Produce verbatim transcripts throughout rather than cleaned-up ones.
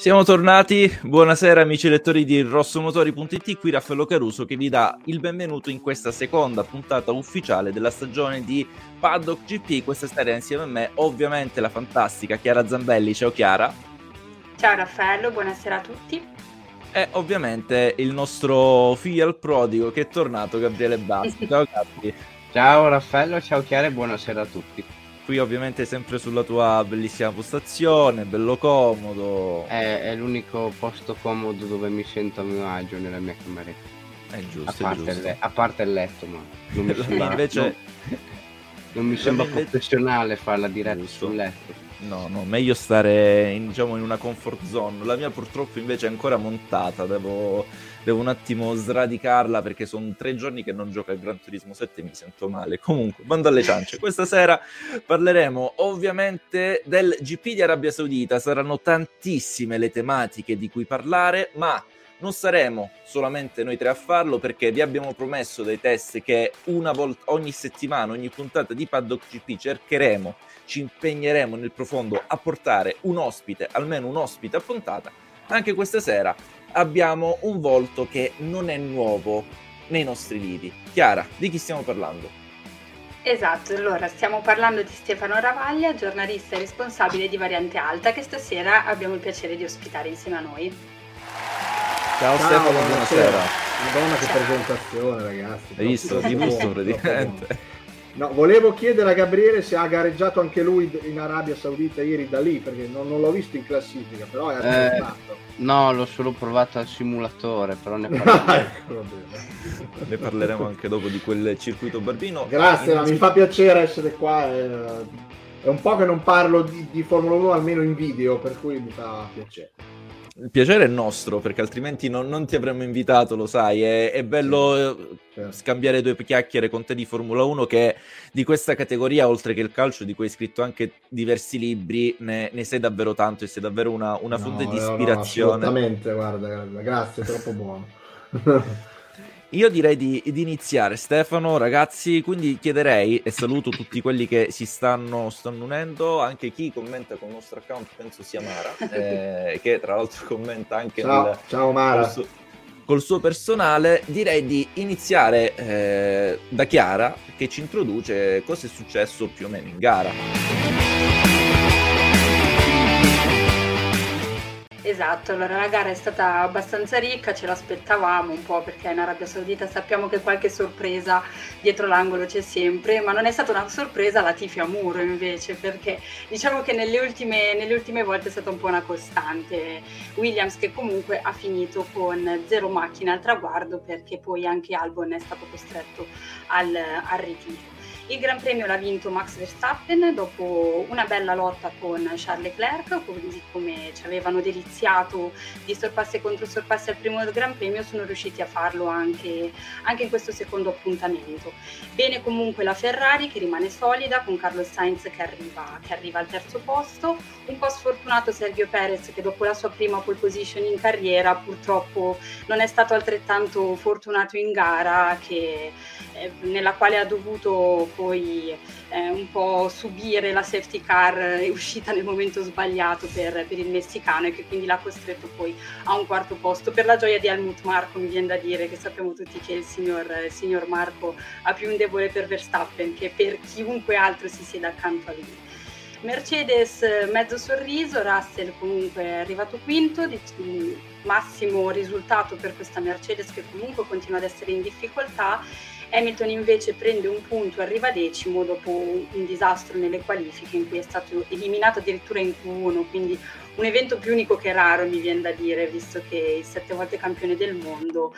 Siamo tornati, buonasera amici lettori di rossomotori punto it, qui Raffaello Caruso che vi dà il benvenuto in questa seconda puntata ufficiale della stagione di Paddock G P. Questa sera insieme a me ovviamente la fantastica Chiara Zambelli. Ciao Chiara. Ciao Raffaello, buonasera a tutti. E ovviamente il nostro figlio al prodigo che è tornato, Gabriele Basti. Ciao Gabri. Ciao Raffaello, ciao Chiara e buonasera a tutti. Qui ovviamente sempre sulla tua bellissima postazione, bello comodo. È, è l'unico posto comodo dove mi sento a mio agio nella mia cameretta. È giusto, a parte, è giusto. Il, le- a parte il letto, ma non mi sembra, invece non, non mi sembra invece... professionale farla diretta giusto. sul letto. No, no, meglio stare in, diciamo, in una comfort zone. La mia purtroppo invece è ancora montata, devo, devo un attimo sradicarla perché sono tre giorni che non gioco al Gran Turismo sette e mi sento male. Comunque, bando alle ciance. Questa sera parleremo ovviamente del G P di Arabia Saudita. Saranno tantissime le tematiche di cui parlare, ma non saremo solamente noi tre a farlo, perché vi abbiamo promesso dei test che una volta ogni settimana, ogni puntata di Paddock G P cercheremo, ci impegneremo nel profondo a portare un ospite, almeno un ospite a puntata. Anche questa sera abbiamo un volto che non è nuovo nei nostri lidi. Chiara, di chi stiamo parlando? Esatto, allora stiamo parlando di Stefano Ravaglia, giornalista e responsabile di Variante Alta, che stasera abbiamo il piacere di ospitare insieme a noi. Ciao, Ciao Stefano, buonasera. Madonna, che Ciao. presentazione, ragazzi. Hai visto? Ti visto praticamente. No, volevo chiedere a Gabriele se ha gareggiato anche lui in Arabia Saudita ieri da lì, perché non, non l'ho visto in classifica, però è arrivato. Eh, no, l'ho solo provato al simulatore, però ne parleremo. Ne parleremo anche dopo di quel circuito barbino. Grazie, in... mi fa piacere essere qua. È, è un po' che non parlo di, di Formula uno, almeno in video, per cui mi fa piacere. Il piacere è nostro, perché altrimenti non, non ti avremmo invitato, lo sai. È, è bello sì, certo. scambiare due chiacchiere con te di Formula uno, che di questa categoria, oltre che il calcio, di cui hai scritto anche diversi libri, ne, ne sei davvero tanto e sei davvero una, una fonte no, di no, ispirazione. No, assolutamente, guarda, guarda, grazie, è troppo buono. Io direi di, di iniziare, Stefano, ragazzi, quindi chiederei, e saluto tutti quelli che si stanno, stanno unendo, anche chi commenta con il nostro account, penso sia Mara, eh, che tra l'altro commenta anche ciao, nel, ciao Mara. Col, suo, col suo personale. Direi di iniziare eh, da Chiara, che ci introduce cosa è successo più o meno in gara. Esatto, allora la gara è stata abbastanza ricca, ce l'aspettavamo un po' perché in Arabia Saudita sappiamo che qualche sorpresa dietro l'angolo c'è sempre, ma non è stata una sorpresa la Latifi a muro invece, perché diciamo che nelle ultime, nelle ultime volte è stata un po' una costante. Williams che comunque ha finito con zero macchine al traguardo, perché poi anche Albon è stato costretto al, al ritiro. Il Gran Premio l'ha vinto Max Verstappen dopo una bella lotta con Charles Leclerc, così come ci avevano deliziato di sorpassi e controsorpassi al primo Gran Premio, sono riusciti a farlo anche, anche in questo secondo appuntamento. Bene comunque la Ferrari, che rimane solida, con Carlos Sainz che arriva, che arriva al terzo posto. Un po' sfortunato Sergio Perez, che dopo la sua prima pole position in carriera purtroppo non è stato altrettanto fortunato in gara, che, eh, nella quale ha dovuto poi eh, un po' subire la safety car eh, uscita nel momento sbagliato per, per il messicano, e che quindi l'ha costretto poi a un quarto posto, per la gioia di Helmut Marko, mi viene da dire, che sappiamo tutti che il signor, il signor Marko ha più un debole per Verstappen che per chiunque altro si sieda accanto a lui. Mercedes mezzo sorriso, Russell comunque è arrivato quinto, di, massimo risultato per questa Mercedes che comunque continua ad essere in difficoltà. Hamilton invece prende un punto e arriva decimo dopo un disastro nelle qualifiche in cui è stato eliminato addirittura in Q uno, quindi un evento più unico che raro, mi viene da dire, visto che il sette volte campione del mondo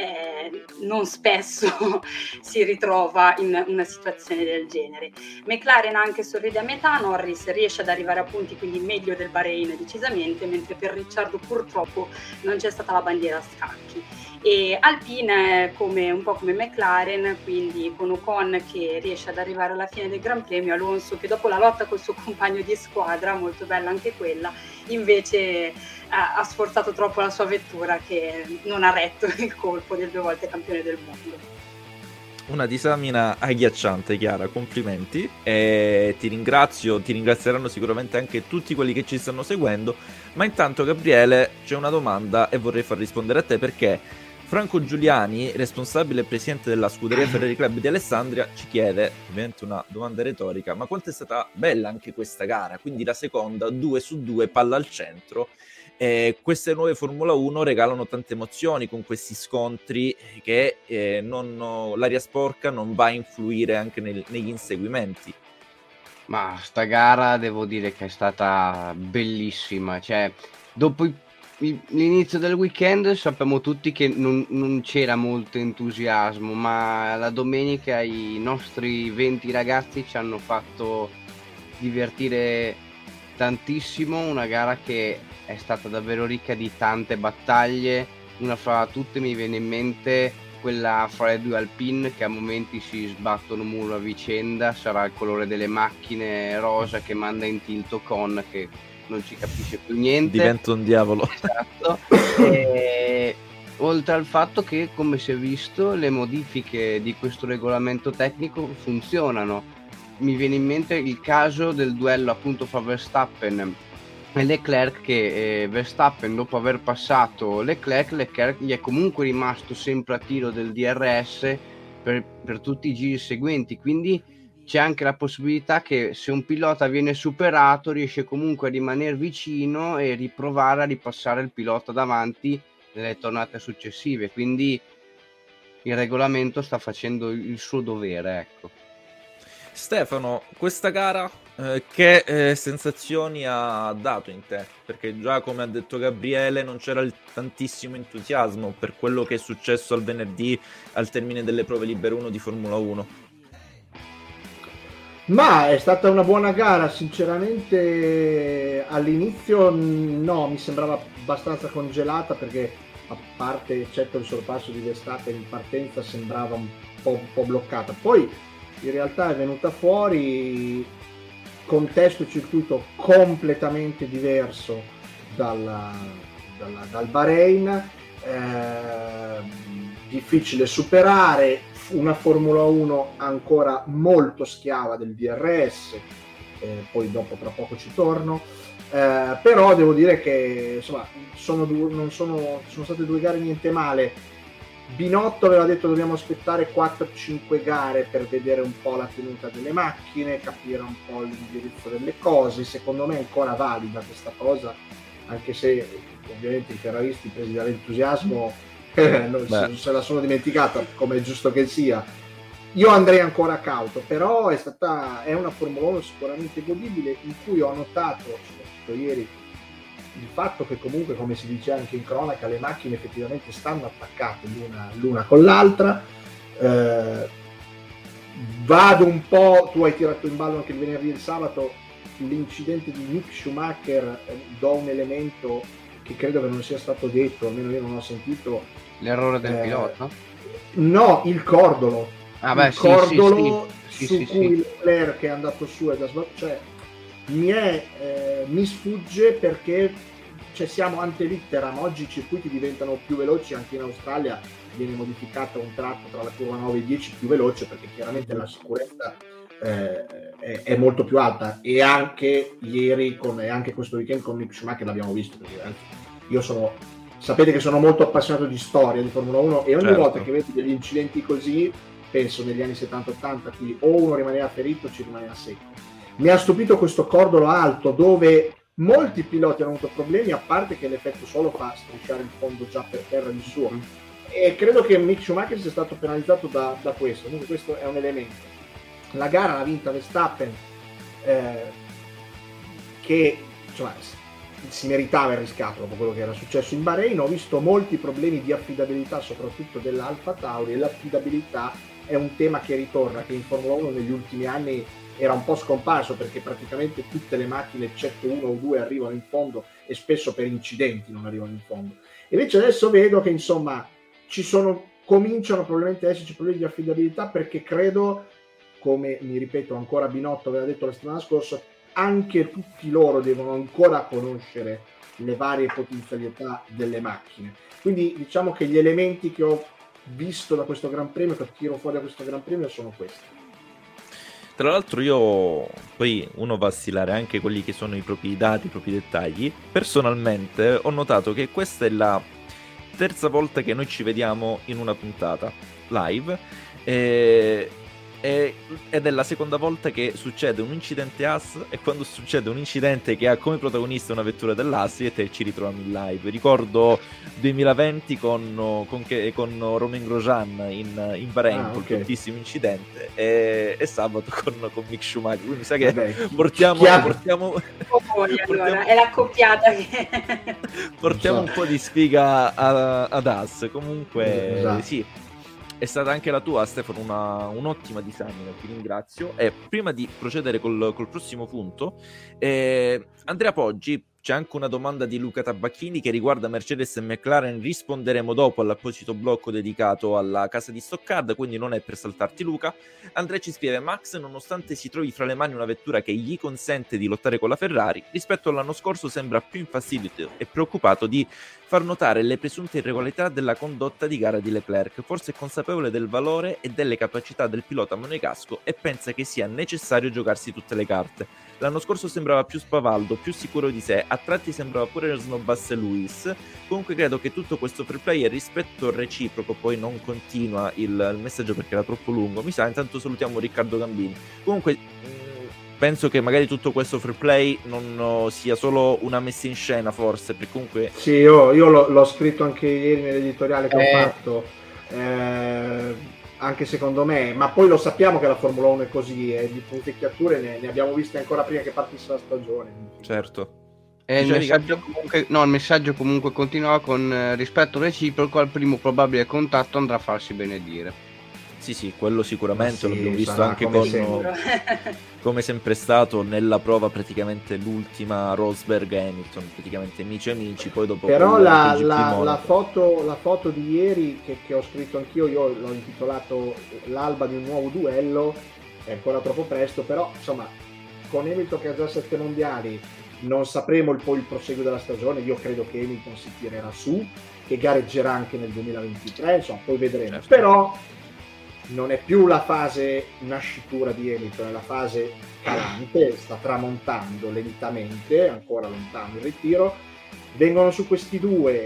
eh, non spesso si ritrova in una situazione del genere. McLaren anche sorride a metà, Norris riesce ad arrivare a punti, quindi meglio del Bahrain decisamente, mentre per Ricciardo purtroppo non c'è stata la bandiera a scacchi. E Alpine come un po' come McLaren, quindi con Ocon che riesce ad arrivare alla fine del Gran Premio, Alonso che dopo la lotta col suo compagno di squadra, molto bella anche quella, invece ha, ha sforzato troppo la sua vettura, che non ha retto il colpo del due volte campione del mondo. Una disamina agghiacciante, Chiara, complimenti, e ti ringrazio, ti ringrazieranno sicuramente anche tutti quelli che ci stanno seguendo, ma intanto Gabriele c'è una domanda e vorrei far rispondere a te, perché Franco Giuliani, responsabile e presidente della scuderia Ferrari Club di Alessandria, ci chiede, ovviamente una domanda retorica, ma quanto è stata bella anche questa gara, quindi la seconda, due su due, palla al centro. Eh, queste nuove Formula uno regalano tante emozioni con questi scontri che eh, non, l'aria sporca non va a influire anche nel, negli inseguimenti. Ma sta gara devo dire che è stata bellissima, cioè dopo i, i, l'inizio del weekend sappiamo tutti che non, non c'era molto entusiasmo, ma la domenica i nostri venti ragazzi ci hanno fatto divertire tantissimo, una gara che è stata davvero ricca di tante battaglie. Una fra tutte mi viene in mente quella fra le due Alpine che a momenti si sbattono muro a vicenda, sarà il colore delle macchine rosa che manda in tilt Ocon che non ci capisce più niente, diventa un diavolo. Esatto. E oltre al fatto che, come si è visto, le modifiche di questo regolamento tecnico funzionano. Mi viene in mente il caso del duello appunto fra Verstappen e Leclerc, che eh, Verstappen dopo aver passato Leclerc, Leclerc gli è comunque rimasto sempre a tiro del D R S per, per tutti i giri seguenti, quindi c'è anche la possibilità che se un pilota viene superato riesce comunque a rimanere vicino e riprovare a ripassare il pilota davanti nelle tornate successive, quindi il regolamento sta facendo il suo dovere, ecco. Stefano, questa gara eh, che eh, sensazioni ha dato in te? Perché già, come ha detto Gabriele, non c'era il tantissimo entusiasmo per quello che è successo al venerdì al termine delle prove libere uno di Formula uno. Ma è stata una buona gara, sinceramente all'inizio no, mi sembrava abbastanza congelata, perché a parte eccetto il sorpasso di Verstappen in partenza sembrava un po', un po' bloccata. Poi in realtà è venuta fuori contesto e circuito completamente diverso dalla, dalla, dal Bahrain, eh, difficile superare, una Formula uno ancora molto schiava del D R S, eh, poi dopo tra poco ci torno, eh, però devo dire che insomma sono, due, non sono, sono state due gare niente male. Binotto aveva detto dobbiamo aspettare quattro cinque gare per vedere un po' la tenuta delle macchine, capire un po' l'indirizzo delle cose. Secondo me è ancora valida questa cosa, anche se ovviamente i ferraristi presi dall'entusiasmo eh, non se, se la sono dimenticata, come è giusto che sia. Io andrei ancora cauto, però è stata è una Formula uno sicuramente godibile, in cui ho notato, soprattutto ieri, il fatto che comunque, come si dice anche in cronaca, le macchine effettivamente stanno attaccate l'una, l'una con l'altra. Eh, vado un po', tu hai tirato in ballo anche il venerdì e il sabato l'incidente di Mick Schumacher, eh, do un elemento che credo che non sia stato detto, almeno io non ho sentito. L'errore del eh, pilota? No, il cordolo. Ah beh, il sì, cordolo sì, sì. su sì, cui sì. Leclerc è andato su ed ha sbagliato, cioè mi è eh, mi sfugge, perché cioè, siamo ante litteram, oggi i circuiti diventano più veloci, anche in Australia viene modificato un tratto tra la curva nove e dieci più veloce, perché chiaramente la sicurezza eh, è, è molto più alta, e anche ieri con, e anche questo weekend con Mick Schumacher l'abbiamo visto, perché io sono, sapete che sono molto appassionato di storia di Formula uno, e ogni certo. volta che vedo degli incidenti così penso negli anni settanta ottanta, qui o uno rimaneva ferito o ci rimaneva secco. Mi ha stupito questo cordolo alto dove molti piloti hanno avuto problemi, a parte che l'effetto solo fa strisciare il fondo già per terra di suo, mm. e credo che Mick Schumacher sia stato penalizzato da, da questo, quindi questo è un elemento. La gara l'ha vinta Verstappen, eh, che insomma, si meritava il riscatto dopo quello che era successo in Bahrain. Ho visto molti problemi di affidabilità, soprattutto dell'Alfa Tauri, e l'affidabilità è un tema che ritorna, che in Formula uno negli ultimi anni era un po' scomparso, perché praticamente tutte le macchine eccetto uno o due arrivano in fondo, e spesso per incidenti non arrivano in fondo. Invece adesso vedo che insomma ci sono, cominciano probabilmente ad esserci problemi di affidabilità, perché credo, come mi ripeto ancora Binotto aveva detto la settimana scorsa, anche tutti loro devono ancora conoscere le varie potenzialità delle macchine. Quindi diciamo che gli elementi che ho visto da questo Gran Premio, che tiro fuori da questo Gran Premio, sono questi. Tra l'altro io, poi uno va a stilare anche quelli che sono i propri dati, i propri dettagli. Personalmente ho notato che questa è la terza volta che noi ci vediamo in una puntata live e... ed è la seconda volta che succede un incidente A S, e quando succede un incidente che ha come protagonista una vettura dell'A S e te ci ritroviamo in live. Ricordo duemilaventi con, con, con Romain Grosjean in, in Bahrain, ah, okay. Con tantissimo incidente, e, e sabato con, con Mick Schumacher. Quindi mi sa che Vabbè, portiamo, portiamo, oh, portiamo allora, è l'accoppiata che portiamo un po' di sfiga a, ad A S. Comunque esatto. Sì, è stata anche la tua, Stefano, una, un'ottima disamina, ti ringrazio. E prima di procedere col, col prossimo punto, eh, Andrea Poggi, c'è anche una domanda di Luca Tabacchini che riguarda Mercedes e McLaren, risponderemo dopo all'apposito blocco dedicato alla casa di Stoccarda, quindi non è per saltarti Luca. Andrea ci scrive: Max, nonostante si trovi fra le mani una vettura che gli consente di lottare con la Ferrari, rispetto all'anno scorso sembra più infastidito e preoccupato di far notare le presunte irregolarità della condotta di gara di Leclerc. Forse è consapevole del valore e delle capacità del pilota monegasco e pensa che sia necessario giocarsi tutte le carte. L'anno scorso sembrava più spavaldo, più sicuro di sé, a tratti sembrava pure snobbasse Lewis. Comunque credo che tutto questo fair play e rispetto reciproco, poi non continua il, il messaggio perché era troppo lungo, mi sa. Intanto salutiamo Riccardo Gambini. Comunque penso che magari tutto questo free play non sia solo una messa in scena, forse, perché comunque... Sì, io, io l'ho, l'ho scritto anche ieri nell'editoriale che eh. ho fatto, eh, anche secondo me, ma poi lo sappiamo che la Formula uno è così, e eh, di punzecchiature ne, ne abbiamo viste ancora prima che partisse la stagione. Certo. E il messaggio, comunque, no, il messaggio comunque continuava con eh, rispetto reciproco, al primo probabile contatto andrà a farsi benedire. Sì, sì, quello sicuramente, sì, l'abbiamo visto anche come con sempre. come sempre stato nella prova praticamente l'ultima Rosberg e Hamilton, praticamente amici amici, poi dopo però la, la, la, foto, la foto di ieri che, che ho scritto anch'io, io l'ho intitolato l'alba di un nuovo duello, è ancora troppo presto, però insomma con Hamilton che ha già sette mondiali non sapremo il, poi il proseguo della stagione. Io credo che Hamilton si tirerà su, che gareggerà anche nel duemilaventitré, insomma poi vedremo, certo. Però non è più la fase nascitura di Hamilton, è la fase calante, sta tramontando lentamente, ancora lontano il ritiro. Vengono su questi due,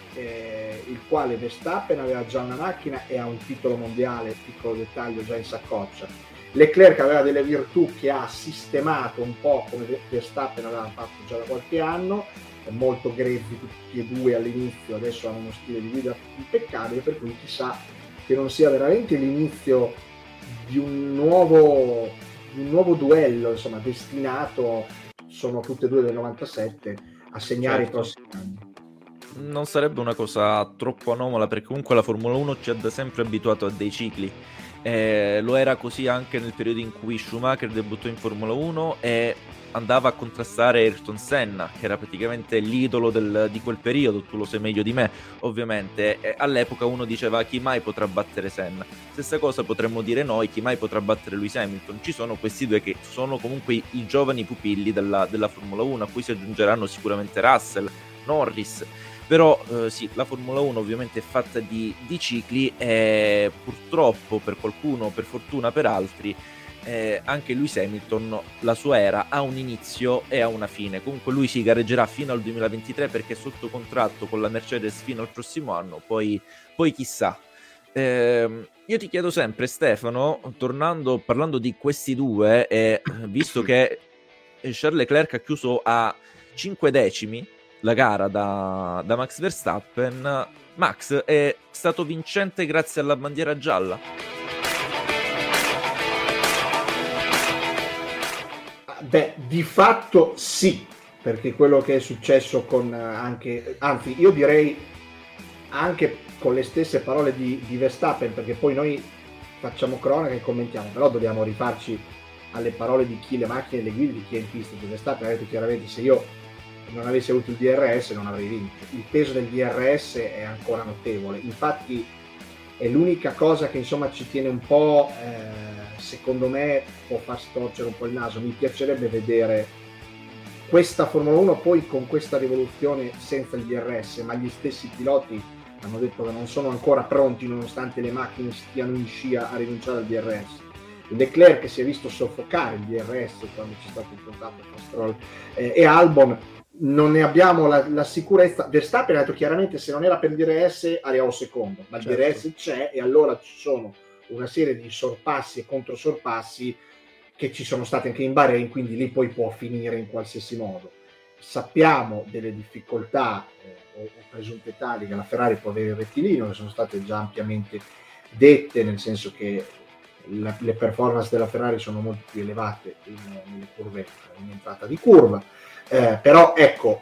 eh, il quale Verstappen aveva già una macchina e ha un titolo mondiale, piccolo dettaglio, già in saccoccia. Leclerc aveva delle virtù che ha sistemato un po' come Verstappen aveva fatto già da qualche anno, molto grezzi tutti e due all'inizio, adesso hanno uno stile di guida impeccabile, per cui chissà che non sia veramente l'inizio di un nuovo, di un nuovo duello, insomma, destinato, sono tutte e due del novantasette, a segnare, certo, i prossimi anni. Non sarebbe una cosa troppo anomala, perché comunque la Formula uno ci ha da sempre abituato a dei cicli. Eh, lo era così anche nel periodo in cui Schumacher debuttò in Formula uno e andava a contrastare Ayrton Senna, che era praticamente l'idolo del, di quel periodo. Tu lo sai meglio di me, ovviamente. E all'epoca uno diceva: chi mai potrà battere Senna? Stessa cosa potremmo dire noi: chi mai potrà battere Lewis Hamilton? Ci sono questi due che sono comunque i giovani pupilli della, della Formula uno, a cui si aggiungeranno sicuramente Russell, Norris. Però eh, sì, la Formula uno ovviamente è fatta di, di cicli, e purtroppo per qualcuno, per fortuna per altri, Eh, anche Lewis Hamilton, la sua era ha un inizio e ha una fine. Comunque lui si gareggerà fino al duemilaventitré perché è sotto contratto con la Mercedes fino al prossimo anno, poi, poi chissà. Eh, io ti chiedo sempre, Stefano, tornando, parlando di questi due, e visto che Charles Leclerc ha chiuso a cinque decimi la gara da, da Max Verstappen, Max è stato vincente grazie alla bandiera gialla? Beh, di fatto sì, perché quello che è successo con anche, anzi io direi anche con le stesse parole di, di Verstappen, perché poi noi facciamo cronaca e commentiamo, però dobbiamo rifarci alle parole di chi le macchine e le guide, di chi è in pista. Di Verstappen ha detto chiaramente: se io non avessi avuto il D R S non avrei vinto. Il peso del D R S è ancora notevole, infatti è l'unica cosa che insomma ci tiene un po', eh, secondo me può far storcere un po' il naso. Mi piacerebbe vedere questa Formula uno poi con questa rivoluzione senza il D R S, ma gli stessi piloti hanno detto che non sono ancora pronti nonostante le macchine stiano in scia a rinunciare al D R S. Leclerc che si è visto soffocare il D R S quando c'è stato il contatto tra Stroll eh, e Albon, non ne abbiamo la, la sicurezza. Verstappen ha detto chiaramente se non era per il D R S arrivavo secondo, ma il certo. D R S c'è e allora ci sono una serie di sorpassi e controsorpassi che ci sono stati anche in Bahrain, quindi lì poi può finire in qualsiasi modo. Sappiamo delle difficoltà eh, o, o presunte tali che la Ferrari può avere il rettilineo, che sono state già ampiamente dette, nel senso che la, le performance della Ferrari sono molto più elevate in, nelle curve, in entrata di curva, eh, però ecco,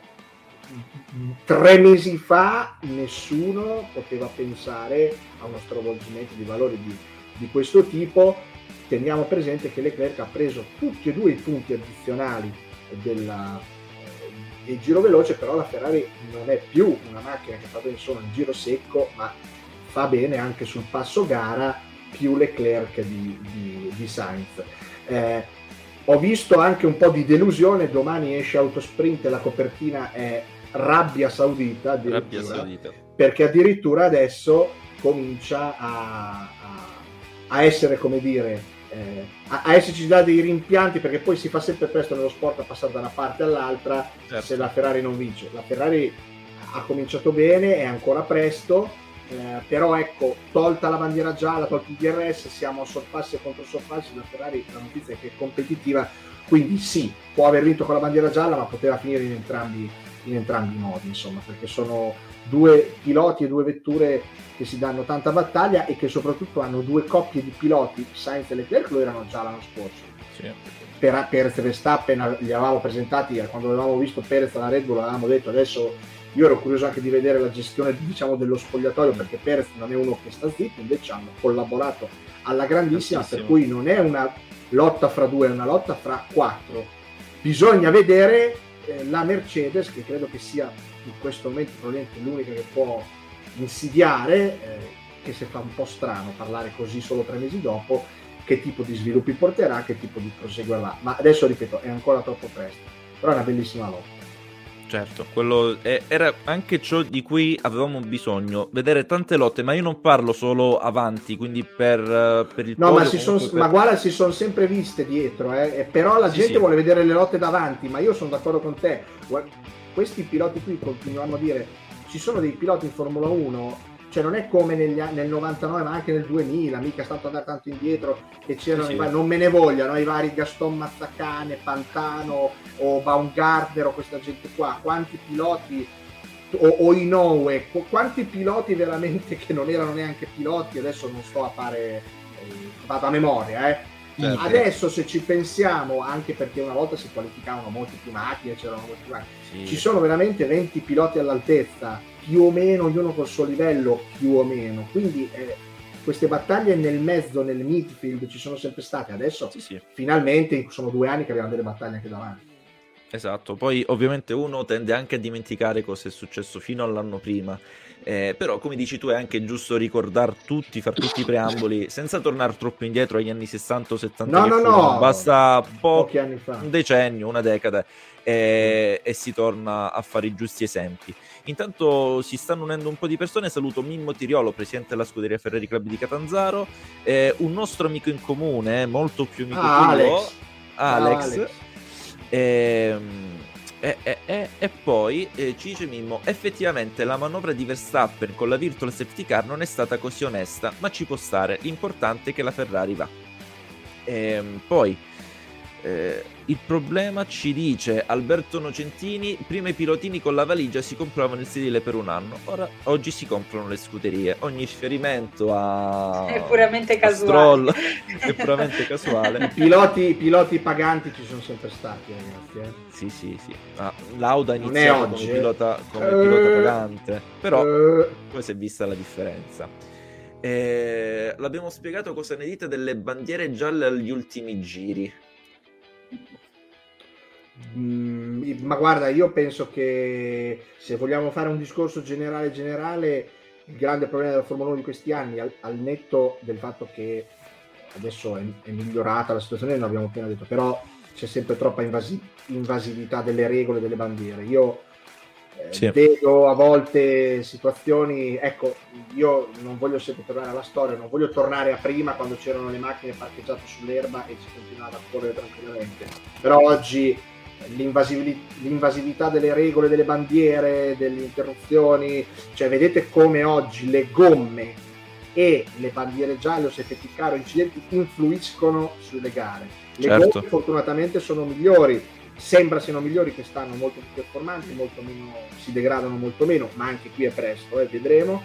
tre mesi fa nessuno poteva pensare a uno stravolgimento di valori di, di questo tipo. Teniamo presente che Leclerc ha preso tutti e due i punti addizionali della, eh, del giro veloce, però la Ferrari non è più una macchina che fa bene solo in giro secco, ma fa bene anche sul passo gara, più Leclerc di, di, di Sainz. Eh, ho visto anche un po' di delusione, domani esce Autosprint e la copertina è rabbia saudita, rabbia saudita. Perché addirittura adesso comincia a, a, a essere, come dire, eh, a, a esserci già dei rimpianti, perché poi si fa sempre presto nello sport a passare da una parte all'altra, certo. Se la Ferrari non vince. La Ferrari ha cominciato bene, è ancora presto, eh, però ecco, tolta la bandiera gialla, tolto il D R S, siamo a sorpassi e contro sorpassi. La Ferrari, la notizia è che è competitiva, quindi sì, può aver vinto con la bandiera gialla, ma poteva finire in entrambi, in entrambi i modi, insomma, perché sono due piloti e due vetture che si danno tanta battaglia e che soprattutto hanno due coppie di piloti. Sainz e Leclerc lo erano già l'anno scorso, sì. Per Perez e Verstappen li avevamo presentati quando avevamo visto Perez alla Red Bull, avevamo detto adesso. Io ero curioso anche di vedere la gestione, diciamo, dello spogliatoio, perché Perez non è uno che sta zitto, invece hanno collaborato alla grandissima, Tantissimo. Per cui non è una lotta fra due, è una lotta fra quattro. Bisogna vedere eh, la Mercedes, che credo che sia in questo momento probabilmente l'unica che può insidiare, eh, che si fa un po' strano parlare così solo tre mesi dopo, che tipo di sviluppi porterà, che tipo di proseguirà, ma adesso ripeto è ancora troppo presto, però è una bellissima lotta. Certo, quello è, era anche ciò di cui avevamo bisogno, vedere tante lotte, ma io non parlo solo avanti, quindi per, uh, per il no, podio, ma, si son, per... ma guarda, si sono sempre viste dietro, eh, però la sì, gente sì. vuole vedere le lotte davanti, ma io sono d'accordo con te. Questi piloti qui continuano a dire, ci sono dei piloti in Formula uno, cioè non è come negli, nel novantanove, ma anche nel duemila, mica sta andare tanto indietro, che c'erano sì, i vari, sì. non me ne vogliano, i vari Gaston Mazzacane, Pantano o Baumgartner o questa gente qua, quanti piloti, o, o Inoue, quanti piloti veramente che non erano neanche piloti, adesso non sto a fare, eh, vado a memoria, eh. Certo. Adesso se ci pensiamo, anche perché una volta si qualificavano molti più macchine, c'erano molti più macchine, sì. Ci sono veramente venti piloti all'altezza, più o meno, ognuno col suo livello, più o meno, quindi eh, queste battaglie nel mezzo, nel midfield ci sono sempre state, adesso sì, sì. Finalmente sono due anni che abbiamo delle battaglie anche davanti. Esatto, poi ovviamente uno tende anche a dimenticare cosa è successo fino all'anno prima, eh, però come dici tu è anche giusto ricordare tutti, far tutti i preamboli senza tornare troppo indietro agli anni sessanta o settanta. No, no, furono. no, basta po- pochi anni fa, un decennio, una decada e, e si torna a fare i giusti esempi. Intanto si stanno unendo un po' di persone, saluto Mimmo Tiriolo, presidente della scuderia Ferrari Club di Catanzaro, eh, un nostro amico in comune, molto più amico ah, tuo, Alex, Alex, Alex. E, e, e, e poi eh, ci dice Mimmo, effettivamente la manovra di Verstappen con la virtual safety car non è stata così onesta, ma ci può stare, l'importante è che la Ferrari va. E, poi eh, il problema, ci dice Alberto Nocentini, prima i pilotini con la valigia si compravano il sedile per un anno, ora oggi si comprano le scuderie. Ogni riferimento a è puramente casuale. È puramente casuale. I piloti, piloti paganti ci sono sempre stati, ragazzi. Eh? Sì, sì, sì. Ah, Lauda ha iniziato come, pilota, come uh, pilota pagante, però uh, poi si è vista la differenza. Eh, l'abbiamo spiegato, cosa ne dite delle bandiere gialle agli ultimi giri? Mm, ma guarda, io penso che se vogliamo fare un discorso generale generale, il grande problema della Formula uno di questi anni, al, al netto del fatto che adesso è, è migliorata la situazione, lo abbiamo appena detto, però c'è sempre troppa invasi- invasività delle regole, delle bandiere. Io Eh, sì. Vedo a volte situazioni, ecco, io non voglio sempre tornare alla storia, non voglio tornare a prima quando c'erano le macchine parcheggiate sull'erba e si continuava a correre tranquillamente, però oggi l'invasività delle regole, delle bandiere, delle interruzioni, cioè vedete come oggi le gomme e le bandiere gialle o safety car o incidenti influiscono sulle gare. Le certo. gomme fortunatamente sono migliori, sembra siano migliori, che stanno molto più performanti, molto meno, si degradano molto meno, ma anche qui è presto, eh, vedremo.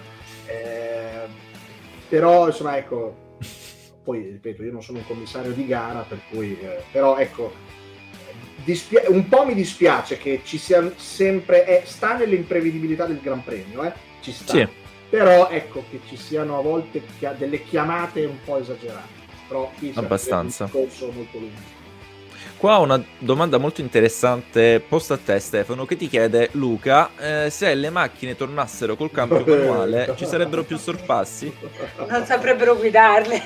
Eh, però insomma, ecco, poi ripeto, io non sono un commissario di gara, per cui eh, però ecco, dispia- un po' mi dispiace che ci sia sempre, eh, sta nell'imprevedibilità del Gran Premio, eh, ci sta. Sì. Però ecco che ci siano a volte chia- delle chiamate un po' esagerate, però qui abbastanza un corso molto lungo. Qua una domanda molto interessante posta a te, Stefano, che ti chiede Luca, eh, se le macchine tornassero col cambio manuale ci sarebbero più sorpassi? Non saprebbero guidarle.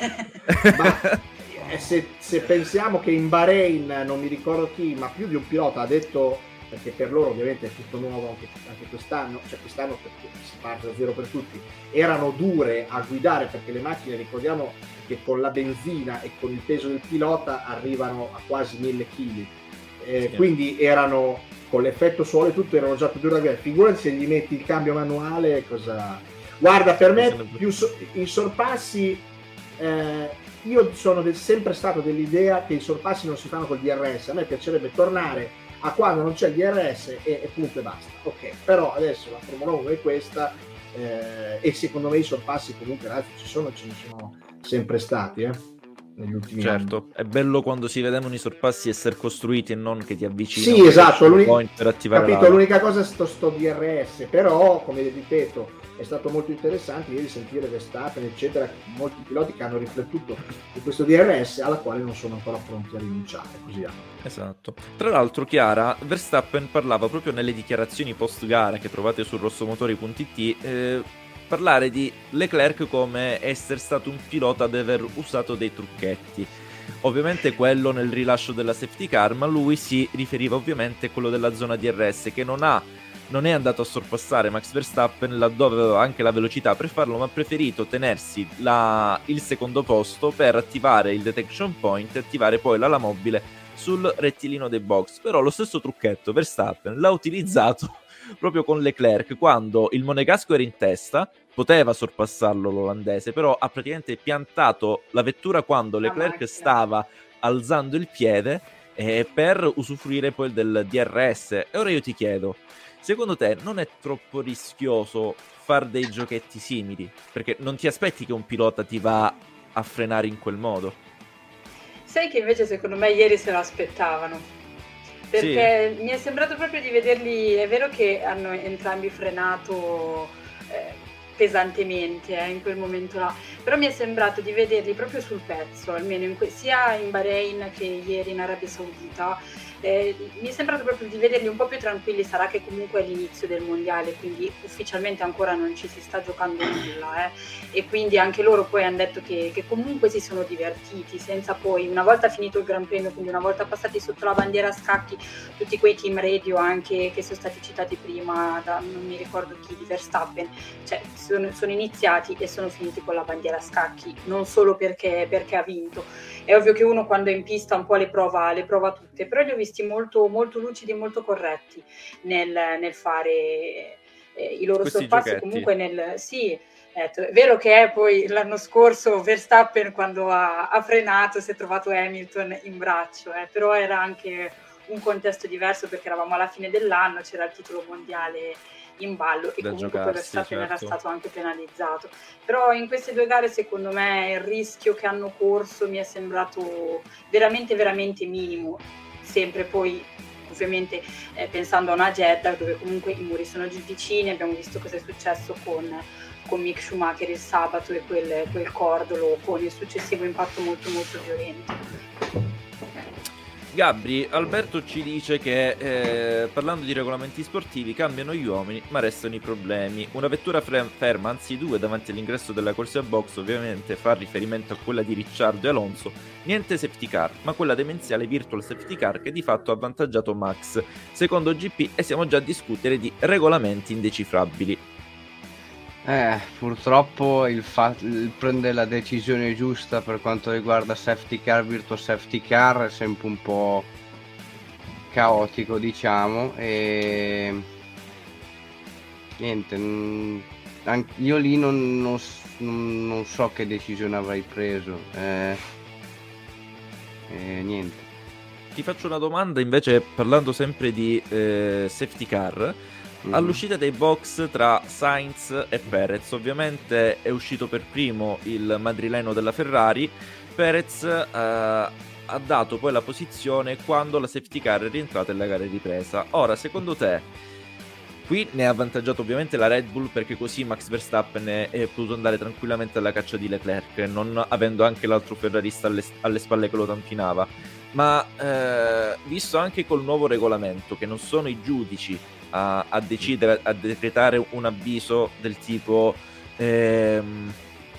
Ma se, se pensiamo che in Bahrain, non mi ricordo chi, ma più di un pilota ha detto, perché per loro ovviamente è tutto nuovo anche, anche quest'anno, cioè quest'anno perché si parte da zero per tutti, erano dure a guidare perché le macchine, ricordiamo che con la benzina e con il peso del pilota arrivano a quasi mille chili, eh, sì. Quindi erano, con l'effetto suolo e tutto, erano già più dure da guidare. Figurati se gli metti il cambio manuale, cosa... Guarda, per me più so- i sorpassi, eh, io sono del, sempre stato dell'idea che i sorpassi non si fanno col D R S. A me piacerebbe tornare a quando non c'è il D R S e, e punto e basta. Ok, però adesso la Formula uno è questa, eh, e secondo me i sorpassi comunque ragazzi ci sono, ce ne sono sempre stati, eh, negli ultimi certo, anni. È bello quando si vedono i sorpassi essere costruiti e non che ti avvicinano. Sì, esatto, l'unica, per attivare capito, l'ala. l'unica cosa è sto, sto D R S, però come ripeto è stato molto interessante ieri sentire Verstappen eccetera, molti piloti che hanno riflettuto su questo D R S alla quale non sono ancora pronti a rinunciare, così hanno. Esatto. Tra l'altro, Chiara, Verstappen parlava proprio nelle dichiarazioni post gara che trovate su rossomotori punto it, eh, parlare di Leclerc come essere stato un pilota ad aver usato dei trucchetti. Ovviamente quello nel rilascio della safety car, ma lui si riferiva ovviamente a quello della zona D R S, che non ha non è andato a sorpassare Max Verstappen laddove aveva anche la velocità per farlo, ma ha preferito tenersi la, il secondo posto per attivare il detection point e attivare poi l'ala mobile sul rettilineo dei box. Però lo stesso trucchetto Verstappen l'ha utilizzato proprio con Leclerc quando il monegasco era in testa, poteva sorpassarlo l'olandese, però ha praticamente piantato la vettura quando Leclerc stava alzando il piede, eh, per usufruire poi del D R S. E ora io ti chiedo, secondo te non è troppo rischioso fare dei giochetti simili? Perché non ti aspetti che un pilota ti va a frenare in quel modo? Sai che invece secondo me ieri se lo aspettavano, perché sì. Mi è sembrato proprio di vederli, è vero che hanno entrambi frenato eh, pesantemente eh, in quel momento là, però mi è sembrato di vederli proprio sul pezzo, almeno in que- sia in Bahrain che ieri in Arabia Saudita. Eh, mi è sembrato proprio di vederli un po' più tranquilli. Sarà che comunque è l'inizio del mondiale, quindi ufficialmente ancora non ci si sta giocando nulla, eh. E quindi anche loro poi hanno detto che, che comunque si sono divertiti, senza poi, una volta finito il Gran Premio, quindi una volta passati sotto la bandiera a scacchi, tutti quei team radio anche che sono stati citati prima da non mi ricordo chi, di Verstappen, cioè sono, sono iniziati e sono finiti con la bandiera a scacchi, non solo perché, perché ha vinto. È ovvio che uno quando è in pista un po' le prova, le prova tutte, però li ho visti molto, molto lucidi e molto corretti nel, nel fare eh, i loro questi sorpassi, giochetti. Comunque nel sì, eh, è vero che è poi l'anno scorso Verstappen quando ha, ha frenato si è trovato Hamilton in braccio, eh, però era anche un contesto diverso perché eravamo alla fine dell'anno, c'era il titolo mondiale in ballo e da comunque giocarsi, poi Verstappen certo. Era stato anche penalizzato, però in queste due gare secondo me il rischio che hanno corso mi è sembrato veramente veramente minimo, sempre poi ovviamente eh, pensando a una Jeddah dove comunque i muri sono giù vicini, abbiamo visto cosa è successo con, con Mick Schumacher il sabato e quel, quel cordolo con il successivo impatto molto molto violento. Gabri, Alberto ci dice che eh, parlando di regolamenti sportivi cambiano gli uomini ma restano i problemi. Una vettura fre- ferma, anzi due, davanti all'ingresso della corsia box ovviamente fa riferimento a quella di Ricciardo e Alonso. Niente safety car, ma quella demenziale virtual safety car che di fatto ha avvantaggiato Max, secondo G P, e siamo già a discutere di regolamenti indecifrabili. Eh, purtroppo il, fa- il prendere la decisione giusta per quanto riguarda safety car, virtual safety car è sempre un po' caotico, diciamo, e niente, mh, anche io lì non, non, non, non so che decisione avrei preso, eh, e niente. Ti faccio una domanda invece, parlando sempre di eh, safety car. Mm. All'uscita dei box tra Sainz e Perez, ovviamente è uscito per primo il madrileno della Ferrari. Perez eh, ha dato poi la posizione quando la safety car è rientrata e la gara è ripresa. Ora, secondo te, qui ne ha avvantaggiato ovviamente la Red Bull, perché così Max Verstappen è potuto andare tranquillamente alla caccia di Leclerc, non avendo anche l'altro ferrarista alle, alle spalle che lo tampinava. Ma eh, visto anche col nuovo regolamento che non sono i giudici a, a decidere, a decretare un avviso del tipo ehm,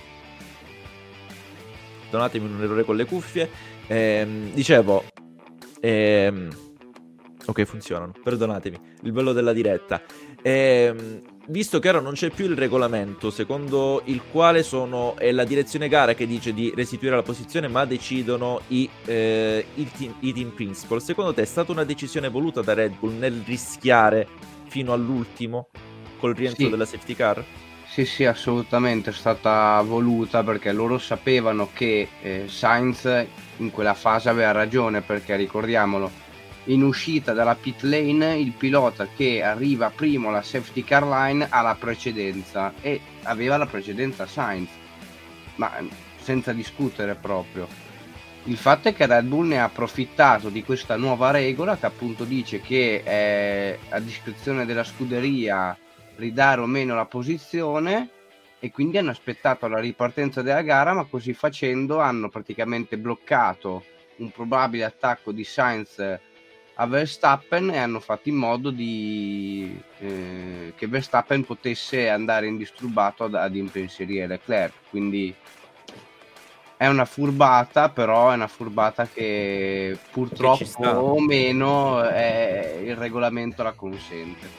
donatemi un errore con le cuffie, ehm, dicevo ehm, ok, funzionano, perdonatemi, il bello della diretta. Ehm, visto che ora non c'è più il regolamento secondo il quale sono è la direzione gara che dice di restituire la posizione, ma decidono i, eh, i, team, i team principal, secondo te è stata una decisione voluta da Red Bull nel rischiare fino all'ultimo col rientro Sì. della safety car? Sì, sì, assolutamente è stata voluta, perché loro sapevano che eh, Sainz in quella fase aveva ragione, perché ricordiamolo, in uscita dalla pit lane il pilota che arriva primo alla safety car line ha la precedenza, e aveva la precedenza Sainz, ma senza discutere proprio. Il fatto è che Red Bull ne ha approfittato di questa nuova regola che appunto dice che è a discrezione della scuderia ridare o meno la posizione, e quindi hanno aspettato la ripartenza della gara, ma così facendo hanno praticamente bloccato un probabile attacco di Sainz a Verstappen e hanno fatto in modo di eh, che Verstappen potesse andare indisturbato ad, ad impensierire Leclerc. Quindi è una furbata, però è una furbata che purtroppo Che o meno è, il regolamento la consente.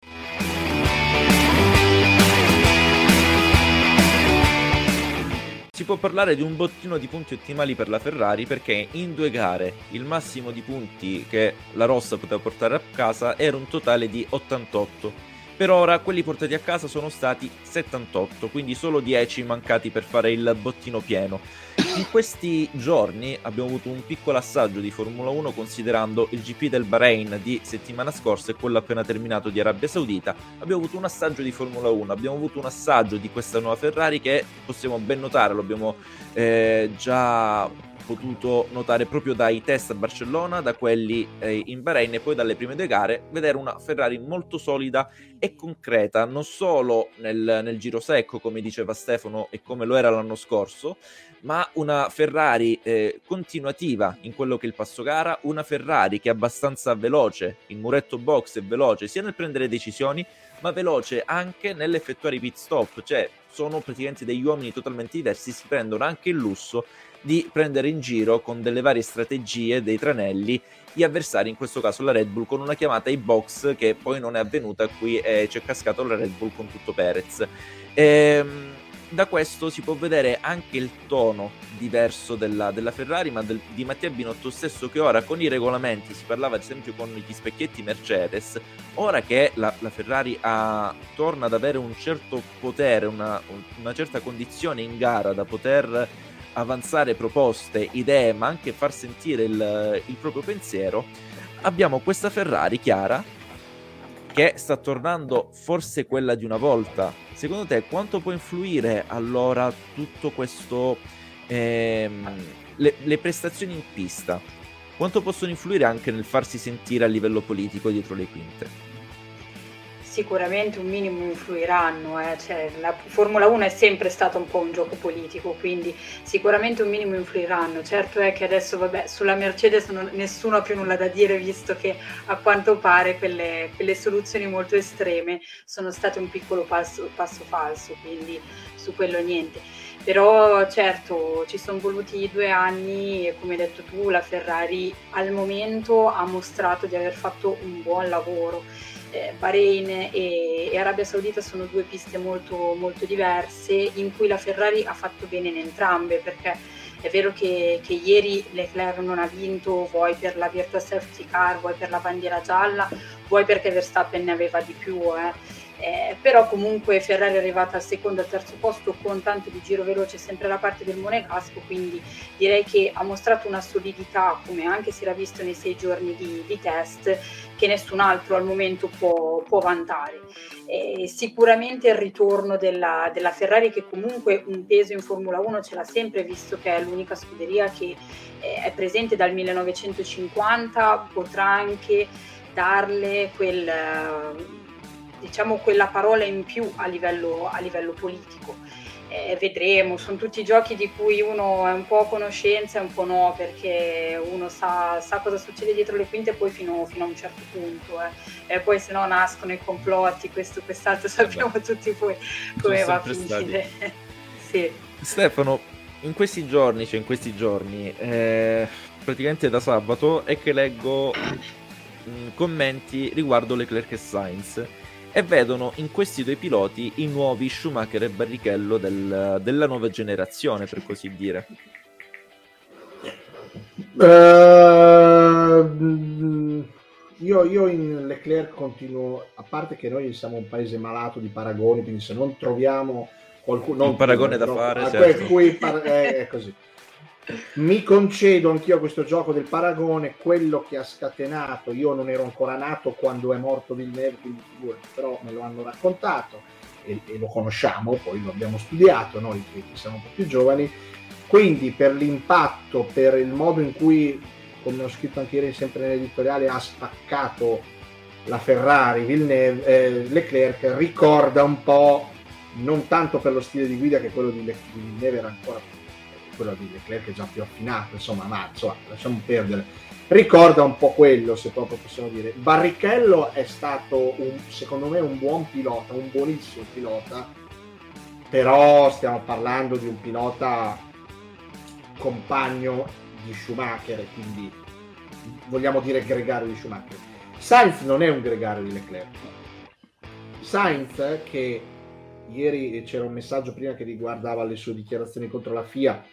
Si può parlare di un bottino di punti ottimali per la Ferrari, perché in due gare il massimo di punti che la rossa poteva portare a casa era un totale di ottantotto. Per ora quelli portati a casa sono stati settantotto, quindi solo dieci mancati per fare il bottino pieno. In questi giorni abbiamo avuto un piccolo assaggio di Formula uno, considerando il G P del Bahrain di settimana scorsa e quello appena terminato di Arabia Saudita. Abbiamo avuto un assaggio di Formula uno, abbiamo avuto un assaggio di questa nuova Ferrari che possiamo ben notare, lo abbiamo eh, già potuto notare proprio dai test a Barcellona, da quelli eh, in Bahrain e poi dalle prime due gare, vedere una Ferrari molto solida e concreta, non solo nel, nel giro secco come diceva Stefano e come lo era l'anno scorso, ma una Ferrari eh, continuativa in quello che è il passo gara, una Ferrari che è abbastanza veloce, il muretto box è veloce sia nel prendere decisioni, ma veloce anche nell'effettuare i pit stop, cioè sono praticamente degli uomini totalmente diversi, si prendono anche il lusso di prendere in giro con delle varie strategie dei tranelli gli avversari, in questo caso la Red Bull, con una chiamata ai box che poi non è avvenuta, qui eh, c'è cascato la Red Bull con tutto Perez. Ehm, da questo si può vedere anche il tono diverso della, della Ferrari, ma del, di Mattia Binotto stesso, che ora con i regolamenti, si parlava ad esempio con gli specchietti Mercedes, ora che la, la Ferrari ha, torna ad avere un certo potere, una, una certa condizione in gara da poter avanzare proposte, idee, ma anche far sentire il, il proprio pensiero, abbiamo questa Ferrari chiara che sta tornando forse quella di una volta. Secondo te quanto può influire allora tutto questo ehm, le, le prestazioni in pista, quanto possono influire anche nel farsi sentire a livello politico dietro le quinte? sicuramente un minimo influiranno, eh. Cioè, la Formula uno è sempre stata un po' un gioco politico, quindi sicuramente un minimo influiranno. Certo è che adesso, vabbè, sulla Mercedes non, nessuno ha più nulla da dire, visto che a quanto pare quelle, quelle soluzioni molto estreme sono state un piccolo passo, passo falso, quindi su quello niente. Però certo ci sono voluti due anni e, come hai detto tu, la Ferrari al momento ha mostrato di aver fatto un buon lavoro. eh, Bahrain e, e Arabia Saudita sono due piste molto, molto diverse, in cui la Ferrari ha fatto bene in entrambe, perché è vero che, che ieri Leclerc non ha vinto, vuoi per la virtual safety car, vuoi per la bandiera gialla, vuoi perché Verstappen ne aveva di più, eh. Eh, però comunque Ferrari è arrivata al secondo e al terzo posto con tanto di giro veloce sempre la parte del monegasco, quindi direi che ha mostrato una solidità, come anche si era visto nei sei giorni di, di test, che nessun altro al momento può, può vantare. Eh, sicuramente il ritorno della, della Ferrari, che comunque un peso in Formula uno ce l'ha sempre, visto che è l'unica scuderia che eh, è presente dal millenovecentocinquanta, potrà anche darle quel... diciamo quella parola in più a livello, a livello politico. Eh, vedremo, sono tutti giochi di cui uno è un po' a conoscenza e un po' no, perché uno sa, sa cosa succede dietro le quinte poi fino, fino a un certo punto, eh. E poi se no nascono i complotti, questo, quest'altro, sappiamo Vabbè. tutti poi come va a finire. Sì. Stefano, in questi giorni, cioè in questi giorni, eh, praticamente da sabato, è che leggo mh, commenti riguardo Leclerc e Sainz, e vedono in questi due piloti i nuovi Schumacher e Barrichello del, della nuova generazione, per così dire. Uh, io, io in Leclerc continuo, a parte che noi siamo un paese malato di paragoni, quindi se non troviamo qualcuno... Un paragone da no, fare, a certo. cui par- è, è così. Mi concedo anch'io questo gioco del paragone, quello che ha scatenato, io non ero ancora nato quando è morto Villeneuve, quindi figurati, però me lo hanno raccontato e, e lo conosciamo, poi lo abbiamo studiato noi che, che siamo un po' più giovani, quindi per l'impatto, per il modo in cui, come ho scritto anche ieri sempre nell'editoriale, ha spaccato la Ferrari, Villeneuve, eh, Leclerc ricorda un po', non tanto per lo stile di guida, che quello di, Le- di Villeneuve era ancora più, quello di Leclerc è già più affinato, insomma, ma insomma, lasciamo perdere. Ricorda un po' quello, se proprio possiamo dire. Barrichello è stato, un, secondo me, un buon pilota, un buonissimo pilota, però stiamo parlando di un pilota compagno di Schumacher, quindi vogliamo dire gregario di Schumacher. Sainz non è un gregario di Leclerc. Sainz, che ieri c'era un messaggio prima che riguardava le sue dichiarazioni contro la F I A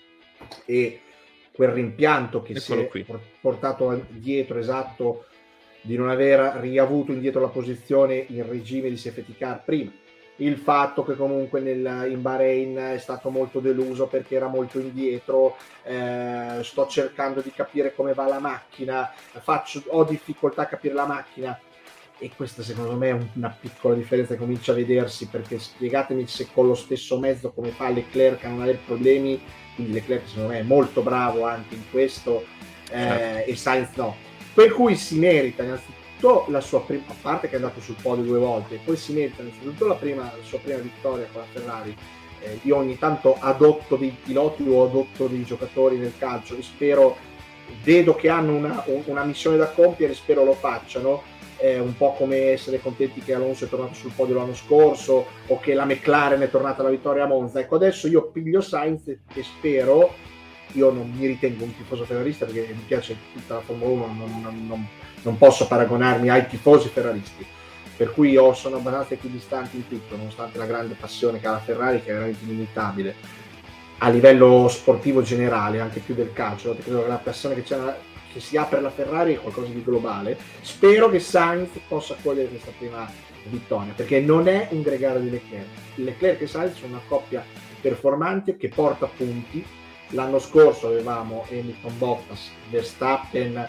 e quel rimpianto che Eccolo si è qui. portato dietro, esatto, di non aver riavuto indietro la posizione in regime di safety car prima, il fatto che comunque nel, in Bahrain è stato molto deluso perché era molto indietro, eh, sto cercando di capire come va la macchina, faccio, ho difficoltà a capire la macchina. E questa secondo me è una piccola differenza che comincia a vedersi, perché spiegatemi se con lo stesso mezzo come fa Leclerc a non avere problemi, quindi Leclerc secondo me è molto bravo anche in questo, eh, certo. E Sainz no, per cui si merita innanzitutto la sua prima, a parte che è andato sul podio due volte, poi si merita innanzitutto la, prima, la sua prima vittoria con la Ferrari. Eh, io ogni tanto adotto dei piloti o adotto dei giocatori nel calcio e spero, vedo che hanno una, una missione da compiere, spero lo facciano. È un po' come essere contenti che Alonso è tornato sul podio l'anno scorso o che la McLaren è tornata alla vittoria a Monza. Ecco, adesso io piglio Sainz e spero, io non mi ritengo un tifoso ferrarista perché mi piace tutta la Formula uno, non, non, non, non posso paragonarmi ai tifosi ferraristi, per cui io sono abbastanza equidistante in tutto, nonostante la grande passione che ha la Ferrari, che è veramente inimitabile a livello sportivo generale, anche più del calcio. Credo che la passione che c'è che si ha per la Ferrari è qualcosa di globale. Spero che Sainz possa cogliere questa prima vittoria, perché non è un gregario di Leclerc. Leclerc e Sainz sono una coppia performante che porta punti. L'anno scorso avevamo Hamilton, Bottas, Verstappen,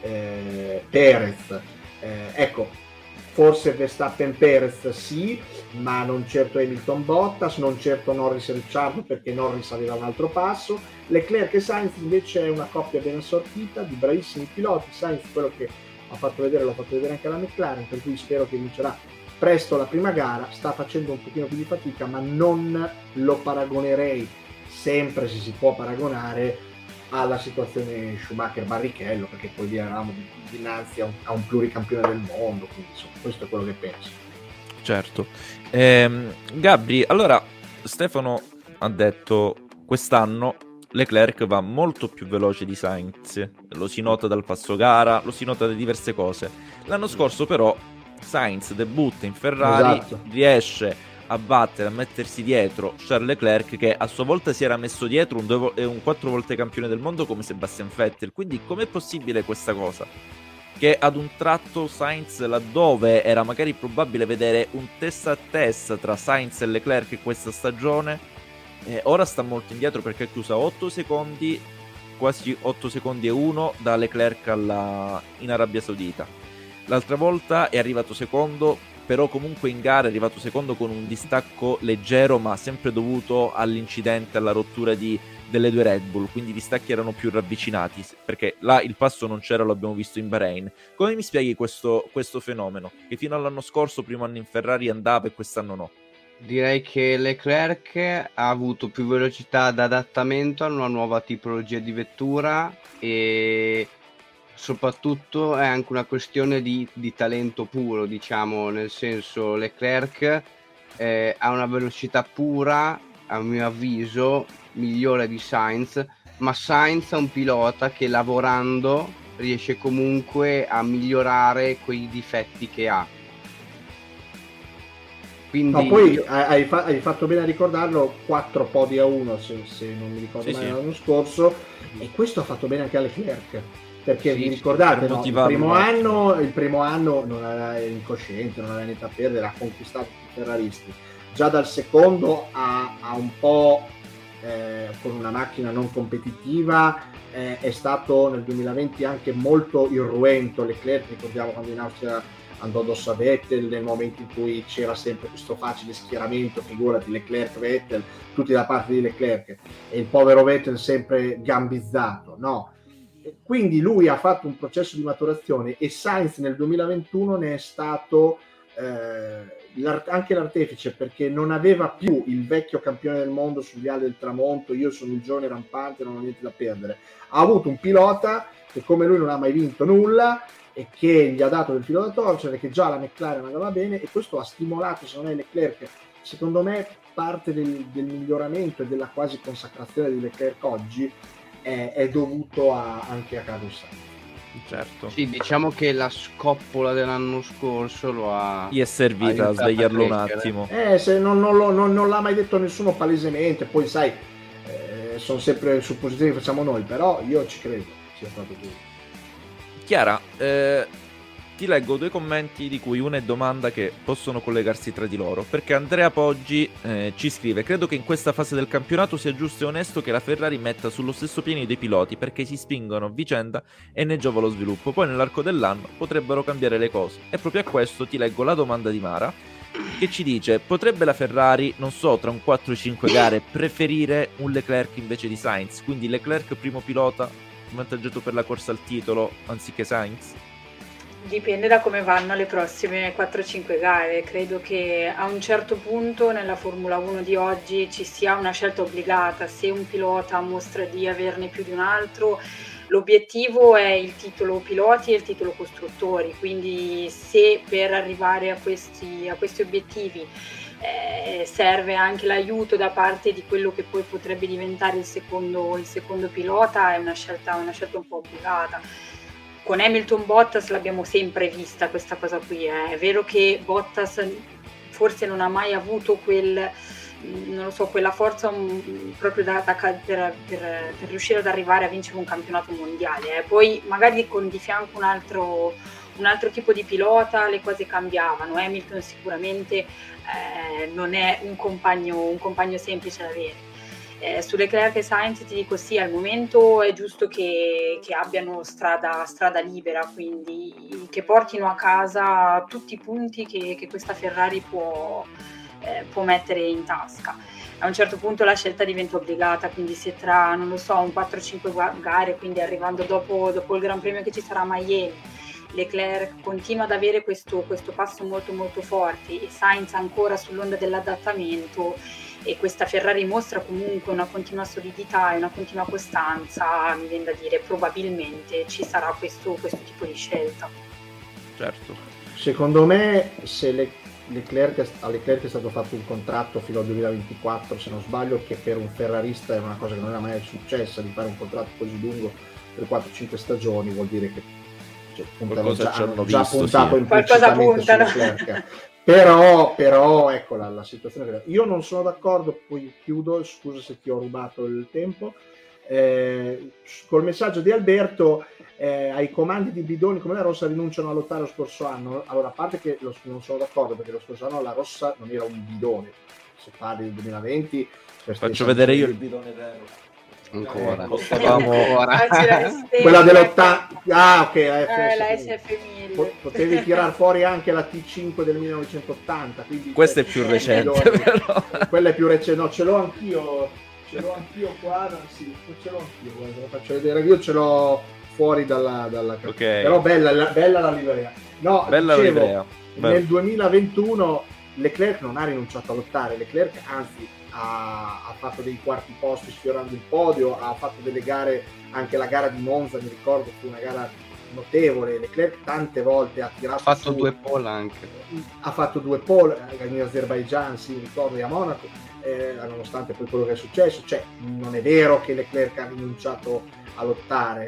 eh, Perez, eh, ecco, forse Verstappen, Perez sì, ma non certo Hamilton, Bottas, non certo Norris e Ricciardo, perché Norris aveva un altro passo. Leclerc e Sainz invece è una coppia ben assortita di bravissimi piloti. Sainz, quello che ha fatto vedere, l'ha fatto vedere anche alla McLaren, per cui spero che vincerà presto la prima gara, sta facendo un pochino più di fatica, ma non lo paragonerei, sempre se si può paragonare, alla situazione Schumacher-Barrichello, perché poi lì eravamo dinanzi a un, a un pluricampione del mondo, quindi insomma, questo è quello che penso. Certo. Ehm, Gabri, allora Stefano ha detto quest'anno Leclerc va molto più veloce di Sainz, lo si nota dal passo gara, lo si nota da diverse cose. L'anno scorso però Sainz debutta in Ferrari, Esatto. riesce a battere, a mettersi dietro Charles Leclerc, che a sua volta si era messo dietro un, due vo- un quattro volte campione del mondo come Sebastian Vettel. Quindi com'è possibile questa cosa? Che ad un tratto Sainz, laddove era magari probabile vedere un testa a testa tra Sainz e Leclerc questa stagione, eh, ora sta molto indietro, perché è chiusa otto secondi, quasi otto secondi e uno da Leclerc alla... in Arabia Saudita. L'altra volta è arrivato secondo, però comunque in gara è arrivato secondo con un distacco leggero, ma sempre dovuto all'incidente, alla rottura di, delle due Red Bull, quindi i distacchi erano più ravvicinati, perché là il passo non c'era, lo abbiamo visto in Bahrain. Come mi spieghi questo, questo fenomeno? Che fino all'anno scorso, primo anno in Ferrari andava e quest'anno no? Direi che Leclerc ha avuto più velocità d'adattamento a una nuova tipologia di vettura, e soprattutto è anche una questione di, di talento puro, diciamo, nel senso Leclerc eh, ha una velocità pura, a mio avviso, migliore di Sainz, ma Sainz è un pilota che lavorando riesce comunque a migliorare quei difetti che ha. Quindi No, poi io... hai, fa- hai fatto bene a ricordarlo, quattro podi a uno, se, se non mi ricordo Sì, male, sì. l'anno scorso, e questo ha fatto bene anche a Leclerc, perché Sì, vi sì, ricordate, per no? il, motivarlo, primo no? anno, il primo anno non era incosciente, non aveva niente a perdere, ha conquistato tutti i ferraristi. Già dal secondo ha, ha un po' eh, con una macchina non competitiva, eh, è stato nel duemilaventi anche molto irruento Leclerc. Ricordiamo quando in Austria andò addosso a Vettel nel momento in cui c'era sempre questo facile schieramento, figurati Leclerc-Vettel, tutti da parte di Leclerc, e il povero Vettel sempre gambizzato, no? Quindi lui ha fatto un processo di maturazione, e Sainz nel duemilaventuno ne è stato eh, l'art- anche l'artefice, perché non aveva più il vecchio campione del mondo sugli ali del tramonto, io sono il giovane rampante, non ho niente da perdere. Ha avuto un pilota che come lui non ha mai vinto nulla e che gli ha dato del filo da torcere, che già la McLaren andava bene, e questo ha stimolato, secondo me, Leclerc. Secondo me parte del, del miglioramento e della quasi consacrazione di Leclerc oggi è, è dovuto a, anche a Carlos Sainz. Certo. Sì, diciamo che la scoppola dell'anno scorso lo ha... Gli è servita a aiutato a svegliarlo un crescere. attimo. Eh, se non, non, lo, non, non l'ha mai detto nessuno palesemente, poi sai, eh, sono sempre supposizioni che facciamo noi, però io ci credo sia stato così. Chiara, eh, ti leggo due commenti, di cui una è domanda, che possono collegarsi tra di loro, perché Andrea Poggi eh, ci scrive: credo che in questa fase del campionato sia giusto e onesto che la Ferrari metta sullo stesso piano dei piloti, perché si spingono a vicenda e ne giova lo sviluppo. Poi nell'arco dell'anno potrebbero cambiare le cose. E proprio a questo ti leggo la domanda di Mara, che ci dice: potrebbe la Ferrari, non so, tra un quattro cinque gare preferire un Leclerc invece di Sainz? Quindi Leclerc primo pilota, avvantaggiato per la corsa al titolo, anziché Sainz? Dipende da come vanno le prossime quattro cinque gare. Credo che a un certo punto nella Formula uno di oggi ci sia una scelta obbligata. Se un pilota mostra di averne più di un altro, l'obiettivo è il titolo piloti e il titolo costruttori, quindi se per arrivare a questi, a questi obiettivi eh, serve anche l'aiuto da parte di quello che poi potrebbe diventare il secondo, il secondo pilota, è una scelta, una scelta un po' obbligata. Con Hamilton Bottas l'abbiamo sempre vista questa cosa qui, eh. È vero che Bottas forse non ha mai avuto quel, non lo so, quella forza um, proprio da, da, per, per, per riuscire ad arrivare a vincere un campionato mondiale, eh. Poi magari con di fianco un altro, un altro tipo di pilota le cose cambiavano. Hamilton sicuramente eh, non è un compagno, un compagno semplice da avere. Eh, su Leclerc e Sainz ti dico sì, al momento è giusto che, che abbiano strada, strada libera, quindi che portino a casa tutti i punti che, che questa Ferrari può, eh, può mettere in tasca. A un certo punto la scelta diventa obbligata, quindi se tra, non lo so, un quattro cinque gare, quindi arrivando dopo, dopo il Gran Premio che ci sarà a Miami, Leclerc continua ad avere questo, questo passo molto molto forte e Sainz ancora sull'onda dell'adattamento, e questa Ferrari mostra comunque una continua solidità e una continua costanza, mi viene da dire probabilmente ci sarà questo, questo tipo di scelta. Certo. Secondo me se le, Leclerc, a Leclerc è stato fatto un contratto fino al duemilaventiquattro, se non sbaglio, che per un ferrarista è una cosa che non era mai successa, di fare un contratto così lungo per quattro cinque stagioni, vuol dire che cioè, qualcosa già, ci hanno hanno visto, già puntato sì. implicitamente su Leclerc. Però, però ecco la, la situazione. Io non sono d'accordo, poi chiudo, scusa se ti ho rubato il tempo, eh, col messaggio di Alberto, eh, ai comandi di bidoni come la Rossa rinunciano a lottare lo scorso anno. Allora, a parte che lo, non sono d'accordo, perché lo scorso anno la Rossa non era un bidone, se parli del duemilaventi. Faccio vedere io il bidone vero. Ancora, eh, stavamo... quella dell'ottanta, ah ok, la, eh, la S F mille, potevi tirar fuori anche la T cinque del millenovecentottanta, quindi questa è più recente però. Quella è più recente, no, ce l'ho anch'io ce l'ho anch'io qua, no, sì, ce l'ho anch'io, guarda, lo faccio vedere, io ce l'ho fuori dalla, dalla... Okay. Però bella, la, bella la livrea, no, bella dicevo, la livrea. Nel duemilaventuno Leclerc non ha rinunciato a lottare, Leclerc anzi ha, ha fatto dei quarti posti sfiorando il podio, ha fatto delle gare, anche la gara di Monza mi ricordo fu una gara notevole, Leclerc tante volte ha tirato, ha fatto su, due pole anche, ha fatto due pole in Azerbaijan, sì, ricordo, e a Monaco, eh, nonostante poi quello che è successo, cioè non è vero che Leclerc ha rinunciato a lottare.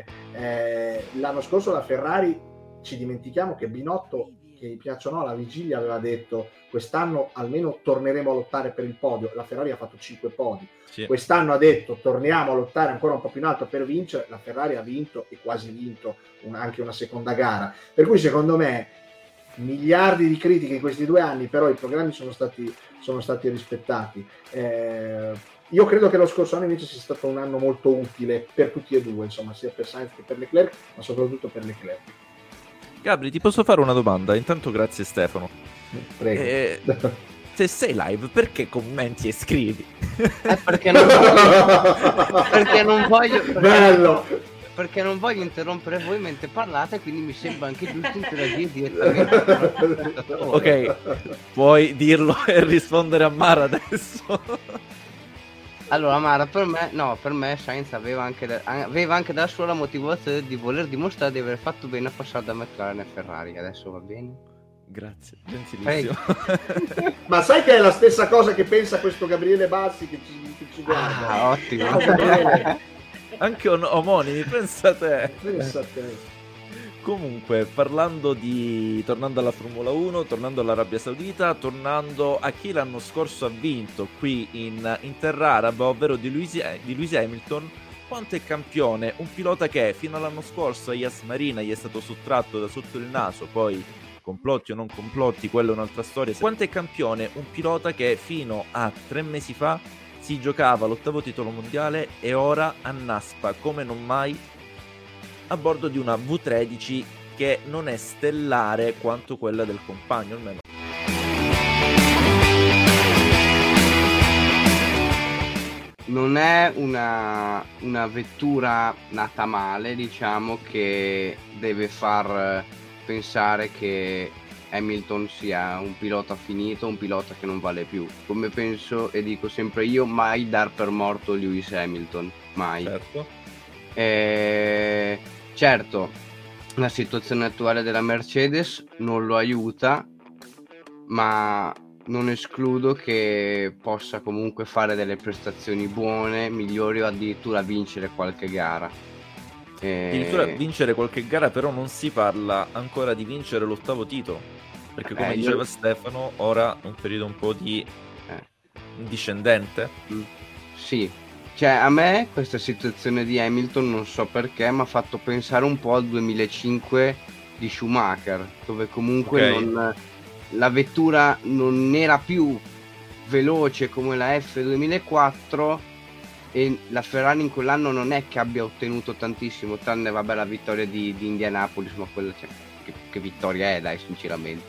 Eh, l'anno scorso la Ferrari, ci dimentichiamo che Binotto, che gli piacciono alla vigilia, aveva detto quest'anno almeno torneremo a lottare per il podio, la Ferrari ha fatto cinque podi, sì. Quest'anno ha detto torniamo a lottare ancora un po' più in alto per vincere, la Ferrari ha vinto e quasi vinto un, anche una seconda gara, per cui secondo me miliardi di critiche in questi due anni, però i programmi sono stati, sono stati rispettati. Eh, io credo che lo scorso anno invece sia stato un anno molto utile per tutti e due, insomma, sia per Sainz che per Leclerc, ma soprattutto per Leclerc. Gabri, ti posso fare una domanda? Intanto grazie Stefano. Prego. Eh, se sei live, perché commenti e scrivi? Eh, perché non voglio, perché non voglio perché, bello, perché non voglio interrompere voi mentre parlate, quindi mi sembra anche giusto interagire direttamente. Ok, puoi dirlo e rispondere a Mara adesso. Allora Mara, per me no, per me Sainz aveva anche, da, aveva anche da sola motivazione di voler dimostrare di aver fatto bene a passare da McLaren a Ferrari. Adesso va bene? Grazie, gentilissimo. Ma sai che è la stessa cosa che pensa questo Gabriele Bassi che ci, che ci guarda? Ah, ottimo. Anche on- omonimi, pensa a te. Pensa a te. Comunque, parlando di... tornando alla Formula uno, tornando all'Arabia Saudita, tornando a chi l'anno scorso ha vinto qui in, in terra araba, ovvero di Lewis, di Lewis Hamilton, quanto è campione, un pilota che fino all'anno scorso a Yas Marina gli è stato sottratto da sotto il naso, poi complotti o non complotti, quella è un'altra storia. Quanto è campione un pilota che fino a tre mesi fa si giocava l'ottavo titolo mondiale e ora annaspa come non mai a bordo di una V tredici che non è stellare quanto quella del compagno, almeno. Non è una, una vettura nata male, diciamo, che deve far pensare che Hamilton sia un pilota finito, un pilota che non vale più. Come penso e dico sempre io, mai dar per morto Lewis Hamilton, mai. Certo. Eh, certo, la situazione attuale della Mercedes non lo aiuta, ma non escludo che possa comunque fare delle prestazioni buone, migliori o addirittura vincere qualche gara. Eh... Addirittura vincere qualche gara, però non si parla ancora di vincere l'ottavo titolo, perché come eh, diceva io... Stefano, ora è un periodo un po' di eh. discendente. Mm. Sì. Cioè, a me questa situazione di Hamilton, non so perché, mi ha fatto pensare un po' al duemilacinque di Schumacher, dove comunque okay. non, la vettura non era più veloce come la F duemilaquattro e la Ferrari in quell'anno non è che abbia ottenuto tantissimo, tranne vabbè la vittoria di, di Indianapolis, ma quella cioè, che, che vittoria è, dai, sinceramente.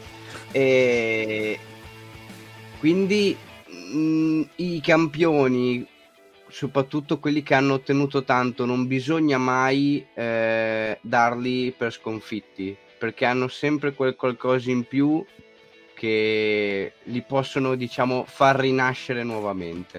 E quindi mh, i campioni soprattutto quelli che hanno ottenuto tanto, non bisogna mai eh, darli per sconfitti, perché hanno sempre quel qualcosa in più che li possono, diciamo, far rinascere nuovamente.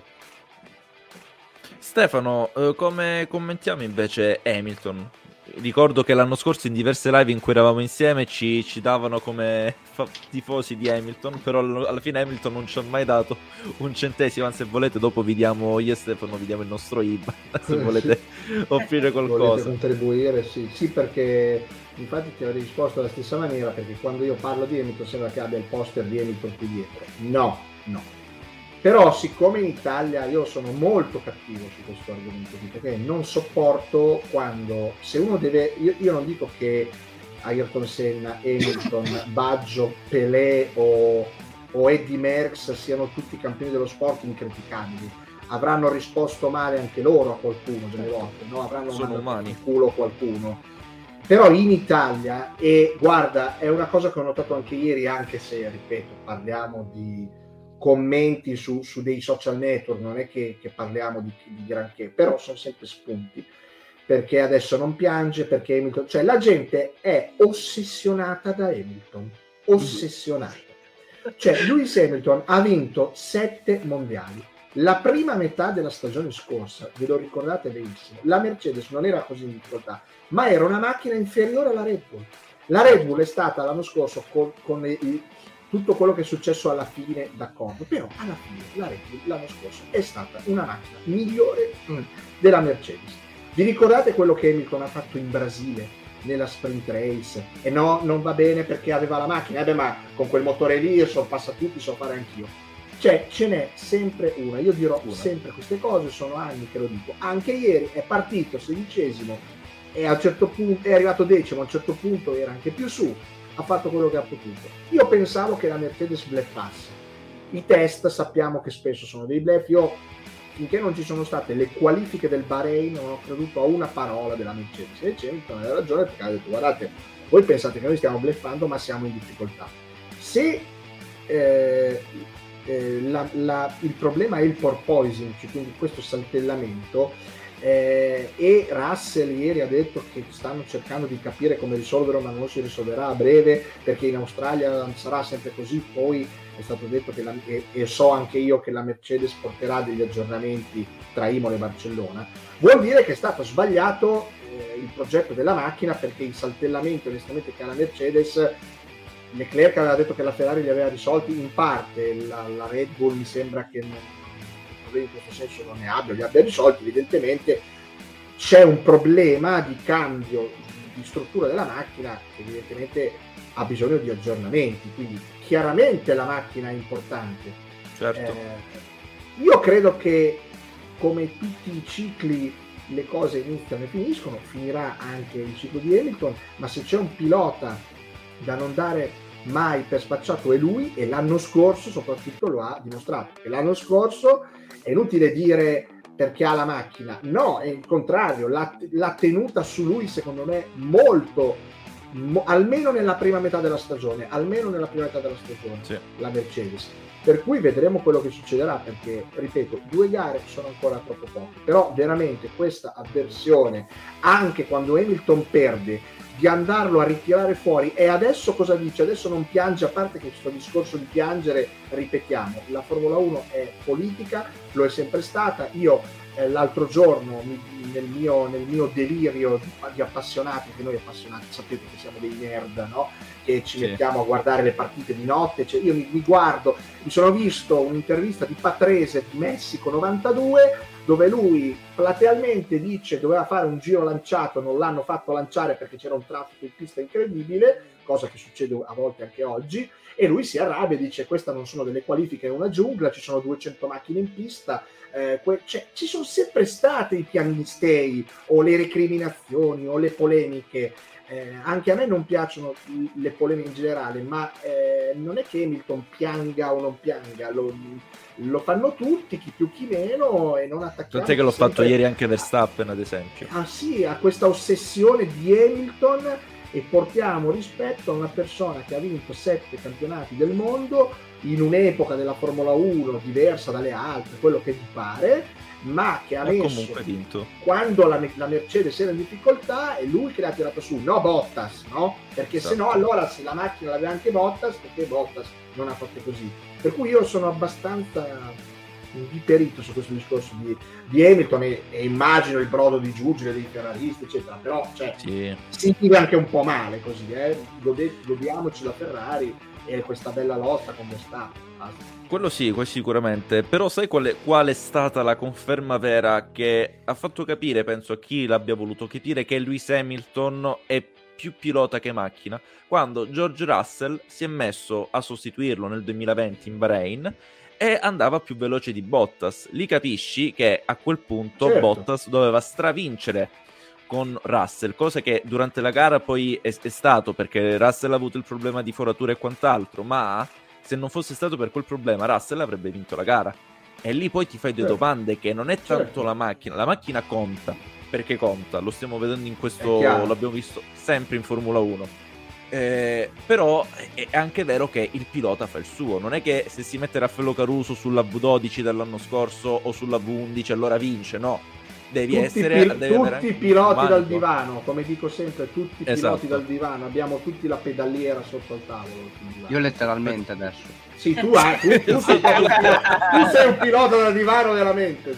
Stefano, eh, come commentiamo invece Hamilton? Ricordo che l'anno scorso in diverse live in cui eravamo insieme ci citavano come fa- tifosi di Hamilton, però alla fine Hamilton non ci ha mai dato un centesimo, anzi se volete dopo vi diamo, io e Stefano vi diamo il nostro I B A N se volete offrire qualcosa. Volete contribuire, sì, sì, perché infatti ti avrei risposto alla stessa maniera, perché quando io parlo di Hamilton sembra che abbia il poster di Hamilton qui dietro. No, no. Però siccome in Italia io sono molto cattivo su questo argomento, perché non sopporto quando, se uno deve, io, io non dico che Ayrton Senna, Hamilton, Baggio, Pelé o, o Eddie Merckx siano tutti campioni dello sport incriticabili, avranno risposto male anche loro a qualcuno delle volte, no? Avranno sono umani, il culo qualcuno. Però in Italia, e guarda, è una cosa che ho notato anche ieri, anche se, ripeto, parliamo di commenti su, su dei social network, non è che, che parliamo di, di granché, però sono sempre spunti, perché adesso non piange, perché Hamilton, cioè la gente è ossessionata da Hamilton, ossessionata. Cioè Lewis Hamilton ha vinto sette mondiali. La prima metà della stagione scorsa, ve lo ricordate benissimo, la Mercedes non era così in difficoltà, ma era una macchina inferiore alla Red Bull. La Red Bull è stata l'anno scorso con, con il, tutto quello che è successo alla fine, d'accordo, però alla fine la Red Bull l'anno scorso è stata una macchina migliore mm, della Mercedes. Vi ricordate quello che Hamilton ha fatto in Brasile nella sprint race? E no, non va bene perché aveva la macchina, eh beh, ma con quel motore lì io sono passatutti, so fare anch'io. Cioè ce n'è sempre una, io dirò una. Sempre queste cose, sono anni che lo dico. Anche ieri è partito sedicesimo e a un certo punto è arrivato decimo, a un certo punto era anche più su, ha fatto quello che ha potuto. Io pensavo che la Mercedes bleffasse. I test sappiamo che spesso sono dei bluff. Io finché non ci sono state le qualifiche del Bahrain non ho creduto a una parola della Mercedes, e Hamilton aveva ragione perché ha detto guardate, voi pensate che noi stiamo bluffando ma siamo in difficoltà. Se eh, eh, la, la, il problema è il porpoising, cioè quindi questo saltellamento, eh, e Russell ieri ha detto che stanno cercando di capire come risolverlo ma non si risolverà a breve perché in Australia sarà sempre così. Poi è stato detto che la, e, e so anche io che la Mercedes porterà degli aggiornamenti tra Imola e Barcellona. Vuol dire che è stato sbagliato eh, il progetto della macchina, perché il saltellamento onestamente che ha la Mercedes, Leclerc aveva detto che la Ferrari li aveva risolti in parte, la, la Red Bull mi sembra che non, in questo senso non ne abbia, li abbia risolti. Evidentemente c'è un problema di cambio di struttura della macchina che evidentemente ha bisogno di aggiornamenti, quindi chiaramente la macchina è importante. Certo. Eh, io credo che come tutti i cicli le cose iniziano e finiscono, finirà anche il ciclo di Hamilton, ma se c'è un pilota da non dare mai per spacciato è lui, e l'anno scorso soprattutto lo ha dimostrato. E l'anno scorso è inutile dire perché ha la macchina, no, è il contrario, l'ha, l'ha tenuta su lui secondo me molto, mo, almeno nella prima metà della stagione, almeno nella prima metà della stagione, sì, la Mercedes. Per cui vedremo quello che succederà, perché, ripeto, due gare sono ancora troppo poche, però veramente questa avversione, anche quando Hamilton perde, di andarlo a ritirare fuori. E adesso cosa dice? Adesso non piange, a parte che questo discorso di piangere, ripetiamo, la Formula uno è politica, lo è sempre stata. Io eh, l'altro giorno mi, nel, mio, nel mio delirio di, di appassionati, che noi appassionati sapete che siamo dei nerd, no? Che ci sì. mettiamo a guardare le partite di notte, cioè io mi, mi guardo, mi sono visto un'intervista di Patrese di Messico novantadue, dove lui platealmente dice doveva fare un giro lanciato, non l'hanno fatto lanciare perché c'era un traffico in pista incredibile, cosa che succede a volte anche oggi, e lui si arrabbia e dice questa non sono delle qualifiche, è una giungla, ci sono duecento macchine in pista, eh, que- cioè, ci sono sempre state i piagnistei o le recriminazioni o le polemiche. Eh, anche a me non piacciono le polemiche in generale, ma eh, non è che Hamilton pianga o non pianga, lo, lo fanno tutti, chi più chi meno, e non attacchiamo. Tant'è che l'ho fatto ieri anche Verstappen, ad esempio. Ah sì, ha questa ossessione di Hamilton e portiamo rispetto a una persona che ha vinto sette campionati del mondo in un'epoca della Formula uno diversa dalle altre, quello che ti pare, ma che ha messo comunque vinto quando la, la Mercedes era in difficoltà, è lui che l'ha tirato su, no Bottas, no? Perché esatto. se no allora se la macchina l'aveva anche Bottas, perché Bottas non ha fatto così. Per cui io sono abbastanza inviperito su questo discorso di, di Hamilton e, e immagino il brodo di Giugile, dei ferraristi eccetera, però cioè, sì. si vive anche un po' male così, eh? Gode, godiamoci la Ferrari e questa bella lotta con Verstappen. Quello sì, quello sicuramente. Però sai qual è, qual è stata la conferma vera che ha fatto capire, penso a chi l'abbia voluto capire, che Lewis Hamilton è più pilota che macchina? Quando George Russell si è messo a sostituirlo nel duemilaventi in Bahrain e andava più veloce di Bottas. Lì capisci che a quel punto certo. Bottas doveva stravincere con Russell, cosa che durante la gara poi è, è stato, perché Russell ha avuto il problema di forature e quant'altro, ma se non fosse stato per quel problema Russell avrebbe vinto la gara. E lì poi ti fai due certo. domande, che non è tanto certo. la macchina, la macchina conta, perché conta, lo stiamo vedendo in questo, l'abbiamo visto sempre in Formula uno. Eh, però è anche vero che il pilota fa il suo, non è che se si mette Raffaello Caruso sulla V dodici dell'anno scorso o sulla V undici allora vince, no, devi tutti essere pil- devi tutti piloti dal manico. divano, come dico sempre, tutti piloti esatto. dal divano, abbiamo tutti la pedaliera sotto al tavolo. Io letteralmente adesso. Sì, tu, hai, tu, tu, sei, tu sei un pilota dal divano veramente.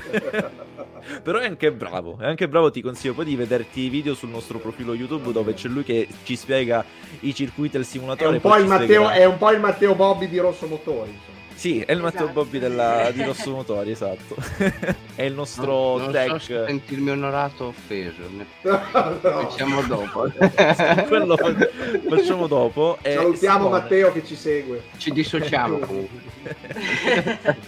Sì. Però è anche bravo, è anche bravo, ti consiglio poi di vederti i video sul nostro profilo YouTube dove c'è lui che ci spiega i circuiti del simulatore. È un po' il Matteo, è un po' il Matteo Bobbi di Rosso Motori, insomma. Sì, è il Matteo Esatto. Bobbi della, di Rosso Motori, esatto. È il nostro non, non tech. so se sentirmi onorato o offeso, ne No, no. facciamo dopo. Quello facciamo dopo. E salutiamo Simone. Matteo che ci segue. Ci dissociamo comunque.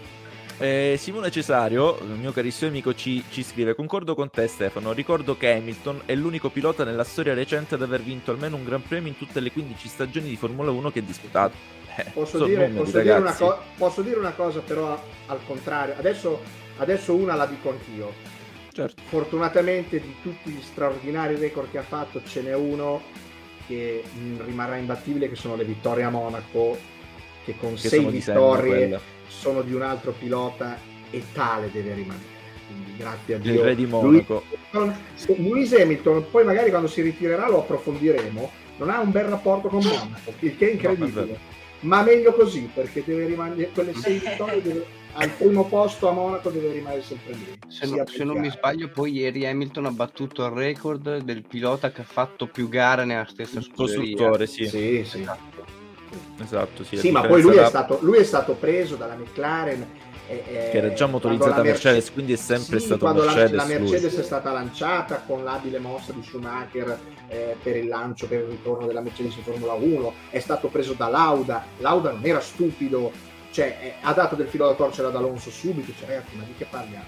Eh, Simone Cesario, il mio carissimo amico, ci, ci scrive: concordo con te Stefano, ricordo che Hamilton è l'unico pilota nella storia recente ad aver vinto almeno un gran premio in tutte le quindici stagioni di Formula uno che ha disputato. Eh, Posso, sono dire, numeri, posso, dire una ragazzi. co- posso dire una cosa però al contrario, adesso, adesso una la dico anch'io. Certo. Fortunatamente di tutti gli straordinari record che ha fatto ce n'è uno che mh, rimarrà imbattibile, che sono le vittorie a Monaco, che con Che sei sono di vittorie Senna, sono di un altro pilota e tale deve rimanere. Quindi grazie a il Dio. re di Monaco. Lewis, Lewis Hamilton, poi magari quando si ritirerà lo approfondiremo, non ha un bel rapporto con Monaco, il che è incredibile. No, ma meglio così, perché deve rimanere quelle sei vittorie deve, al primo posto a Monaco deve rimanere sempre lì. Se, no, se non mi sbaglio, poi ieri Hamilton ha battuto il record del pilota che ha fatto più gare nella stessa scuderia. Costruttore, sì. Sì, sì. Esatto. Esatto, sì, Sì, la ma poi lui è, differenza stato, lui è stato preso dalla McLaren eh, eh, che era già motorizzata quando la Mercedes, Merce- quindi è sempre sì, stato quando Mercedes. la, la Mercedes lui. è stata lanciata con l'abile mossa di Schumacher eh, per il lancio, per il ritorno della Mercedes in Formula uno, è stato preso da Lauda. Lauda non era stupido, cioè eh, ha dato del filo da torcere ad Alonso subito, cioè ragazzi, ma di che parliamo?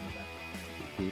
Dai?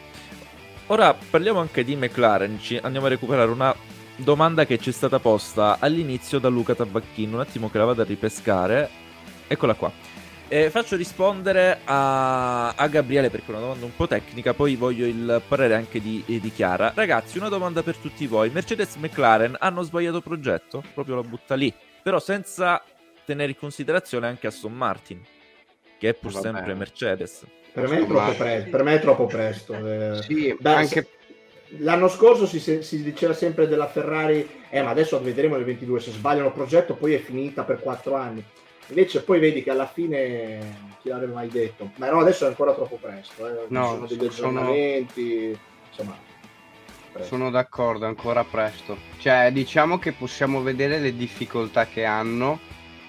Ora parliamo anche di McLaren, ci andiamo a recuperare una domanda che ci è stata posta all'inizio da Luca Tabacchino, un attimo che la vado a ripescare, eccola qua. Eh, faccio rispondere a, a Gabriele perché è una domanda un po' tecnica, poi voglio il parere anche di, di Chiara. Ragazzi, una domanda per tutti voi: Mercedes e McLaren hanno sbagliato progetto? Proprio la butta lì, però senza tenere in considerazione anche Aston Martin, che è pur Vabbè. sempre Mercedes. Per me, è troppo pre- per me è troppo presto. Eh, Sì, beh, anche l'anno scorso si, si diceva sempre della Ferrari, eh, ma adesso vedremo nel ventidue, se sbagliano il progetto poi è finita per quattro anni. Invece poi vedi che alla fine chi l'aveva mai detto? Ma no, adesso è ancora troppo presto, eh. No, ci sono degli sono- aggiornamenti, insomma. presto. sono d'accordo, è ancora presto. Cioè, diciamo che possiamo vedere le difficoltà che hanno,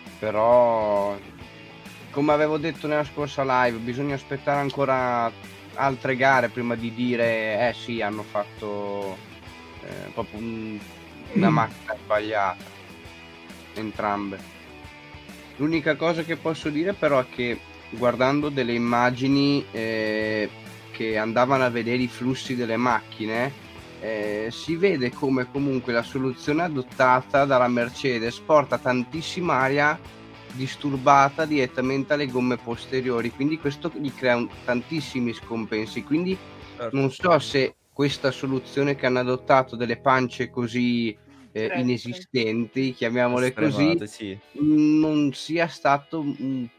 però, come avevo detto nella scorsa live, bisogna aspettare ancora altre gare prima di dire, eh sì, hanno fatto eh, proprio un- una macchina sbagliata, entrambe. L'unica cosa che posso dire però è che guardando delle immagini eh, che andavano a vedere i flussi delle macchine, eh, si vede come comunque la soluzione adottata dalla Mercedes porta tantissima aria disturbata direttamente alle gomme posteriori, quindi questo gli crea un, tantissimi scompensi. Quindi Certo. non so se questa soluzione che hanno adottato delle pance così eh, Certo. inesistenti, chiamiamole così, Estremate, sì. non sia stato un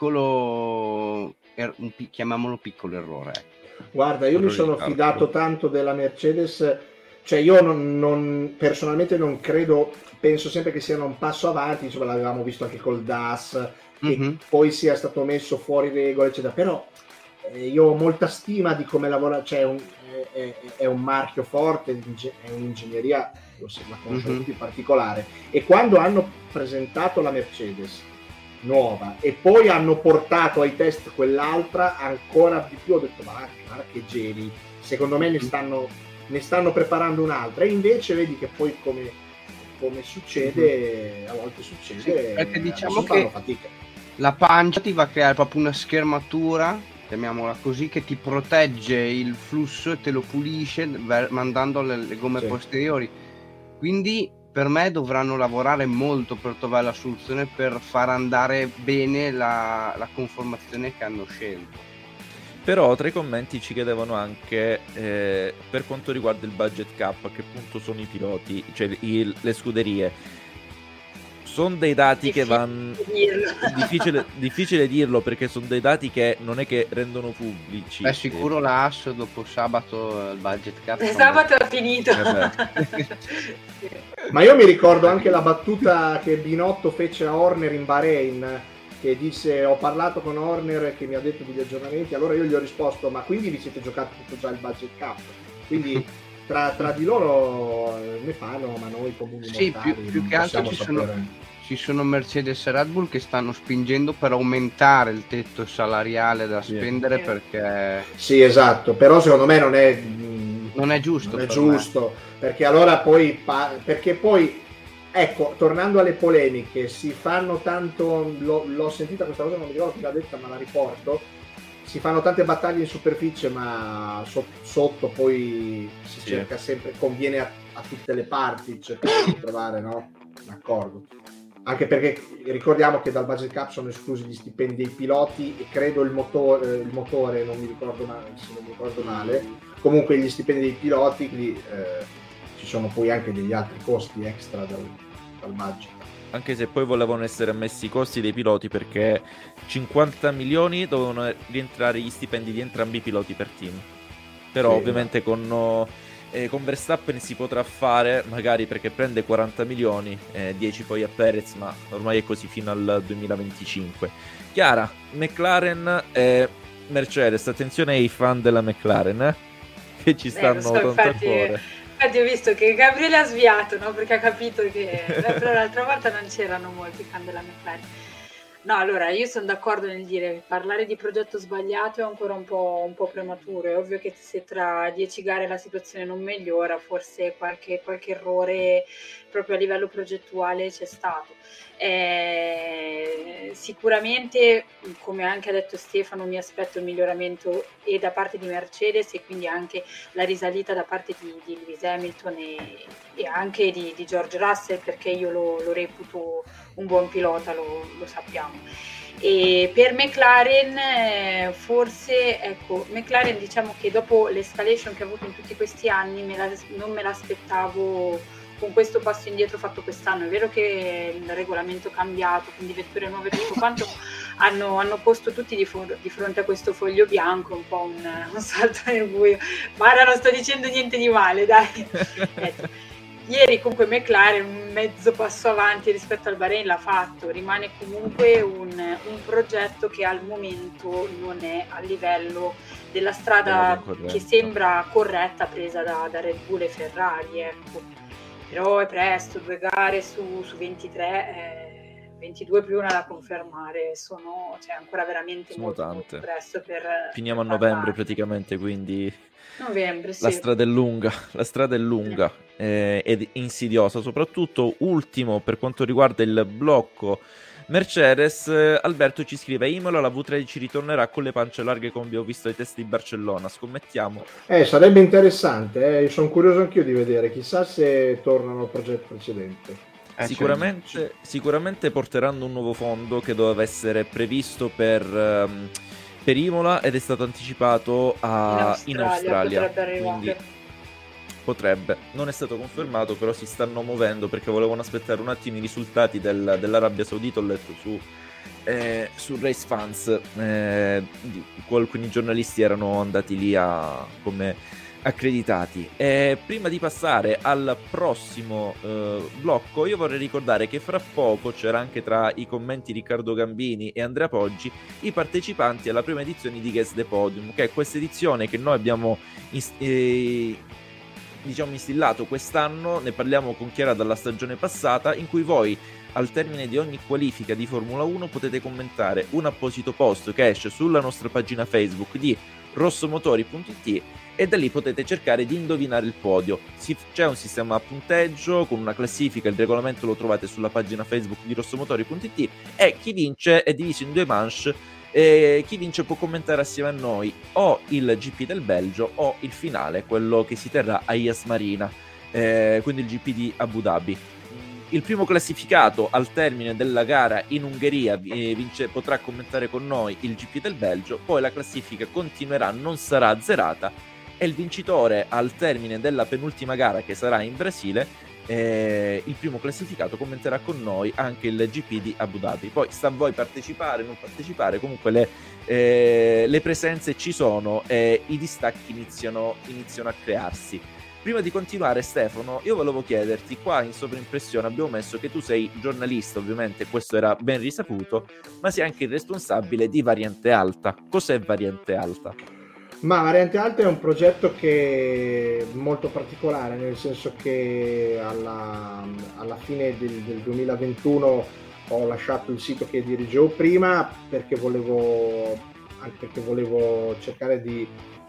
piccolo, er- un pi- chiamiamolo piccolo errore. ecco. Guarda, io mi Errore di sono calcolo. fidato tanto della Mercedes, cioè io non, non- personalmente non credo, penso sempre che siano un passo avanti, insomma l'avevamo visto anche col D A S, che Mhm. poi sia stato messo fuori regola, eccetera, però eh, io ho molta stima di come lavora, cioè è un, è, è- è un marchio forte, è un'ingegneria, lo si- la conoscono Mhm. tutti in particolare, e quando hanno presentato la Mercedes nuova e poi hanno portato ai test quell'altra, ancora di più ho detto ma guarda che geni, secondo me ne stanno, ne stanno preparando un'altra, e invece vedi che poi come, come succede, a volte succede, Sì, perché diciamo adesso fanno che fatica. la pancia ti va a creare proprio una schermatura, chiamiamola così, che ti protegge il flusso e te lo pulisce ver- mandando le, le gomme Sì. posteriori. Quindi per me dovranno lavorare molto per trovare la soluzione per far andare bene la, la conformazione che hanno scelto. Però tra i commenti ci chiedevano anche eh, per quanto riguarda il budget cap, a che punto sono i piloti, cioè i- le scuderie. Sono dei dati che Difficile vanno dirlo. difficile, difficile dirlo, perché sono dei dati che non è che rendono pubblici. Beh, sicuro la Haas dopo sabato il budget cap. Sabato è finito. Eh Sì. Ma io mi ricordo anche la battuta che Binotto fece a Horner in Bahrain, che disse ho parlato con Horner che mi ha detto degli aggiornamenti, allora io gli ho risposto ma quindi vi siete giocati tutto già il budget cap? Quindi tra, tra di loro ne fanno, ma noi comuni Sì, mortali più, più non che altro possiamo ci sono, sapere. ci sono Mercedes e Red Bull che stanno spingendo per aumentare il tetto salariale da Sì. spendere, Sì. perché Sì, esatto, però secondo me non è, mh, non è giusto. non è per giusto, perché allora poi, pa- perché poi, ecco, tornando alle polemiche, si fanno tanto, l'ho, l'ho sentita questa cosa, non mi ricordo chi l'ha detta, ma la riporto, si fanno tante battaglie in superficie, ma so- sotto poi si Sì. cerca sempre, conviene a, a tutte le parti cercare di trovare, no? D'accordo. Anche perché ricordiamo che dal budget cap sono esclusi gli stipendi dei piloti e credo il motore, il motore non mi ricordo male, se non mi ricordo male, comunque gli stipendi dei piloti, quindi eh, ci sono poi anche degli altri costi extra dal, dal budget. Anche se poi volevano essere ammessi i costi dei piloti, perché cinquanta milioni dovevano rientrare gli stipendi di entrambi i piloti per team. Però Sì, ovviamente con, eh, con Verstappen si potrà fare, magari perché prende quaranta milioni, eh, dieci poi a Perez, ma ormai è così fino al duemilaventicinque. Chiara, McLaren e Mercedes, attenzione ai fan della McLaren, eh, che ci stanno Eh, lo so, tanto infatti- a cuore. Infatti ho visto che Gabriele ha sviato, no? Perché ha capito che però l'altra volta non c'erano molti fan della McLaren. No, allora io sono d'accordo nel dire che parlare di progetto sbagliato è ancora un po', un po' prematuro. È ovvio che se tra dieci gare la situazione non migliora, forse qualche, qualche errore proprio a livello progettuale c'è stato. Eh, sicuramente, come anche ha detto Stefano, mi aspetto il miglioramento e da parte di Mercedes e quindi anche la risalita da parte di, di Lewis Hamilton e, e anche di, di George Russell, perché io lo, lo reputo un buon pilota, lo, lo sappiamo. E per McLaren eh, forse, ecco, McLaren diciamo che dopo l'escalation che ha avuto in tutti questi anni me la, non me l'aspettavo con questo passo indietro fatto quest'anno. È vero che il regolamento è cambiato, quindi vetture nuove e tutto quanto hanno, hanno posto tutti di, for- di fronte a questo foglio bianco, un po' un, un salto nel buio, ma ora non sto dicendo niente di male, dai. Ecco. Ieri comunque McLaren un mezzo passo avanti rispetto al Bahrain l'ha fatto, rimane comunque un, un progetto che al momento non è a livello della strada che sembra corretta presa da, da Red Bull e Ferrari, ecco. Però è presto, due gare su, su ventitré, eh, ventidue più una da confermare, sono cioè, ancora veramente Sono molto, tante. molto presto per Finiamo a per novembre parlare. praticamente, quindi Novembre, sì. la strada è lunga, la strada è lunga eh, ed insidiosa, soprattutto ultimo per quanto riguarda il blocco Mercedes. eh, Alberto ci scrive: Imola la V tredici ritornerà con le pance larghe come abbiamo visto ai test di Barcellona, scommettiamo? Eh, sarebbe interessante, eh. Sono curioso anch'io di vedere, chissà se tornano al progetto precedente. Eh, Sicuramente, sicuramente porteranno un nuovo fondo che doveva essere previsto per, ehm, per Imola ed è stato anticipato a, in Australia, potrebbe arrivare. quindi potrebbe, non è stato confermato, però si stanno muovendo perché volevano aspettare un attimo i risultati del, dell'Arabia Saudita. Ho letto su Eh, su Race Fans, eh, alcuni giornalisti erano andati lì a, come accreditati. E prima di passare al prossimo eh, blocco, io vorrei ricordare che fra poco c'era anche tra i commenti Riccardo Gambini e Andrea Poggi i partecipanti alla prima edizione di Guess the Podium, che è questa edizione che noi abbiamo inst- eh, diciamo instillato quest'anno. Ne parliamo con Chiara dalla stagione passata, in cui voi al termine di ogni qualifica di Formula uno potete commentare un apposito post che esce sulla nostra pagina Facebook di rossomotori punto it, e da lì potete cercare di indovinare il podio. Si, c'è un sistema a punteggio con una classifica, il regolamento lo trovate sulla pagina Facebook di rossomotori punto it, e chi vince è diviso in due manche, e chi vince può commentare assieme a noi o il G P del Belgio o il finale, quello che si terrà a Yas Marina, eh, quindi il G P di Abu Dhabi. Il primo classificato al termine della gara in Ungheria eh, vince, potrà commentare con noi il G P del Belgio, poi la classifica continuerà, non sarà azzerata, e il vincitore al termine della penultima gara, che sarà in Brasile, eh, il primo classificato commenterà con noi anche il G P di Abu Dhabi. Poi sta a voi partecipare, non partecipare, comunque le, eh, le presenze ci sono e i distacchi iniziano, iniziano a crearsi. Prima di continuare, Stefano, io volevo chiederti, qua in sovraimpressione abbiamo messo che tu sei giornalista, ovviamente questo era ben risaputo, ma sei anche il responsabile di Variante Alta. Cos'è Variante Alta? Ma Variante Alta è un progetto che è molto particolare, nel senso che alla, alla fine del, del duemilaventuno ho lasciato il sito che dirigevo prima perché volevo, anche perché volevo cercare di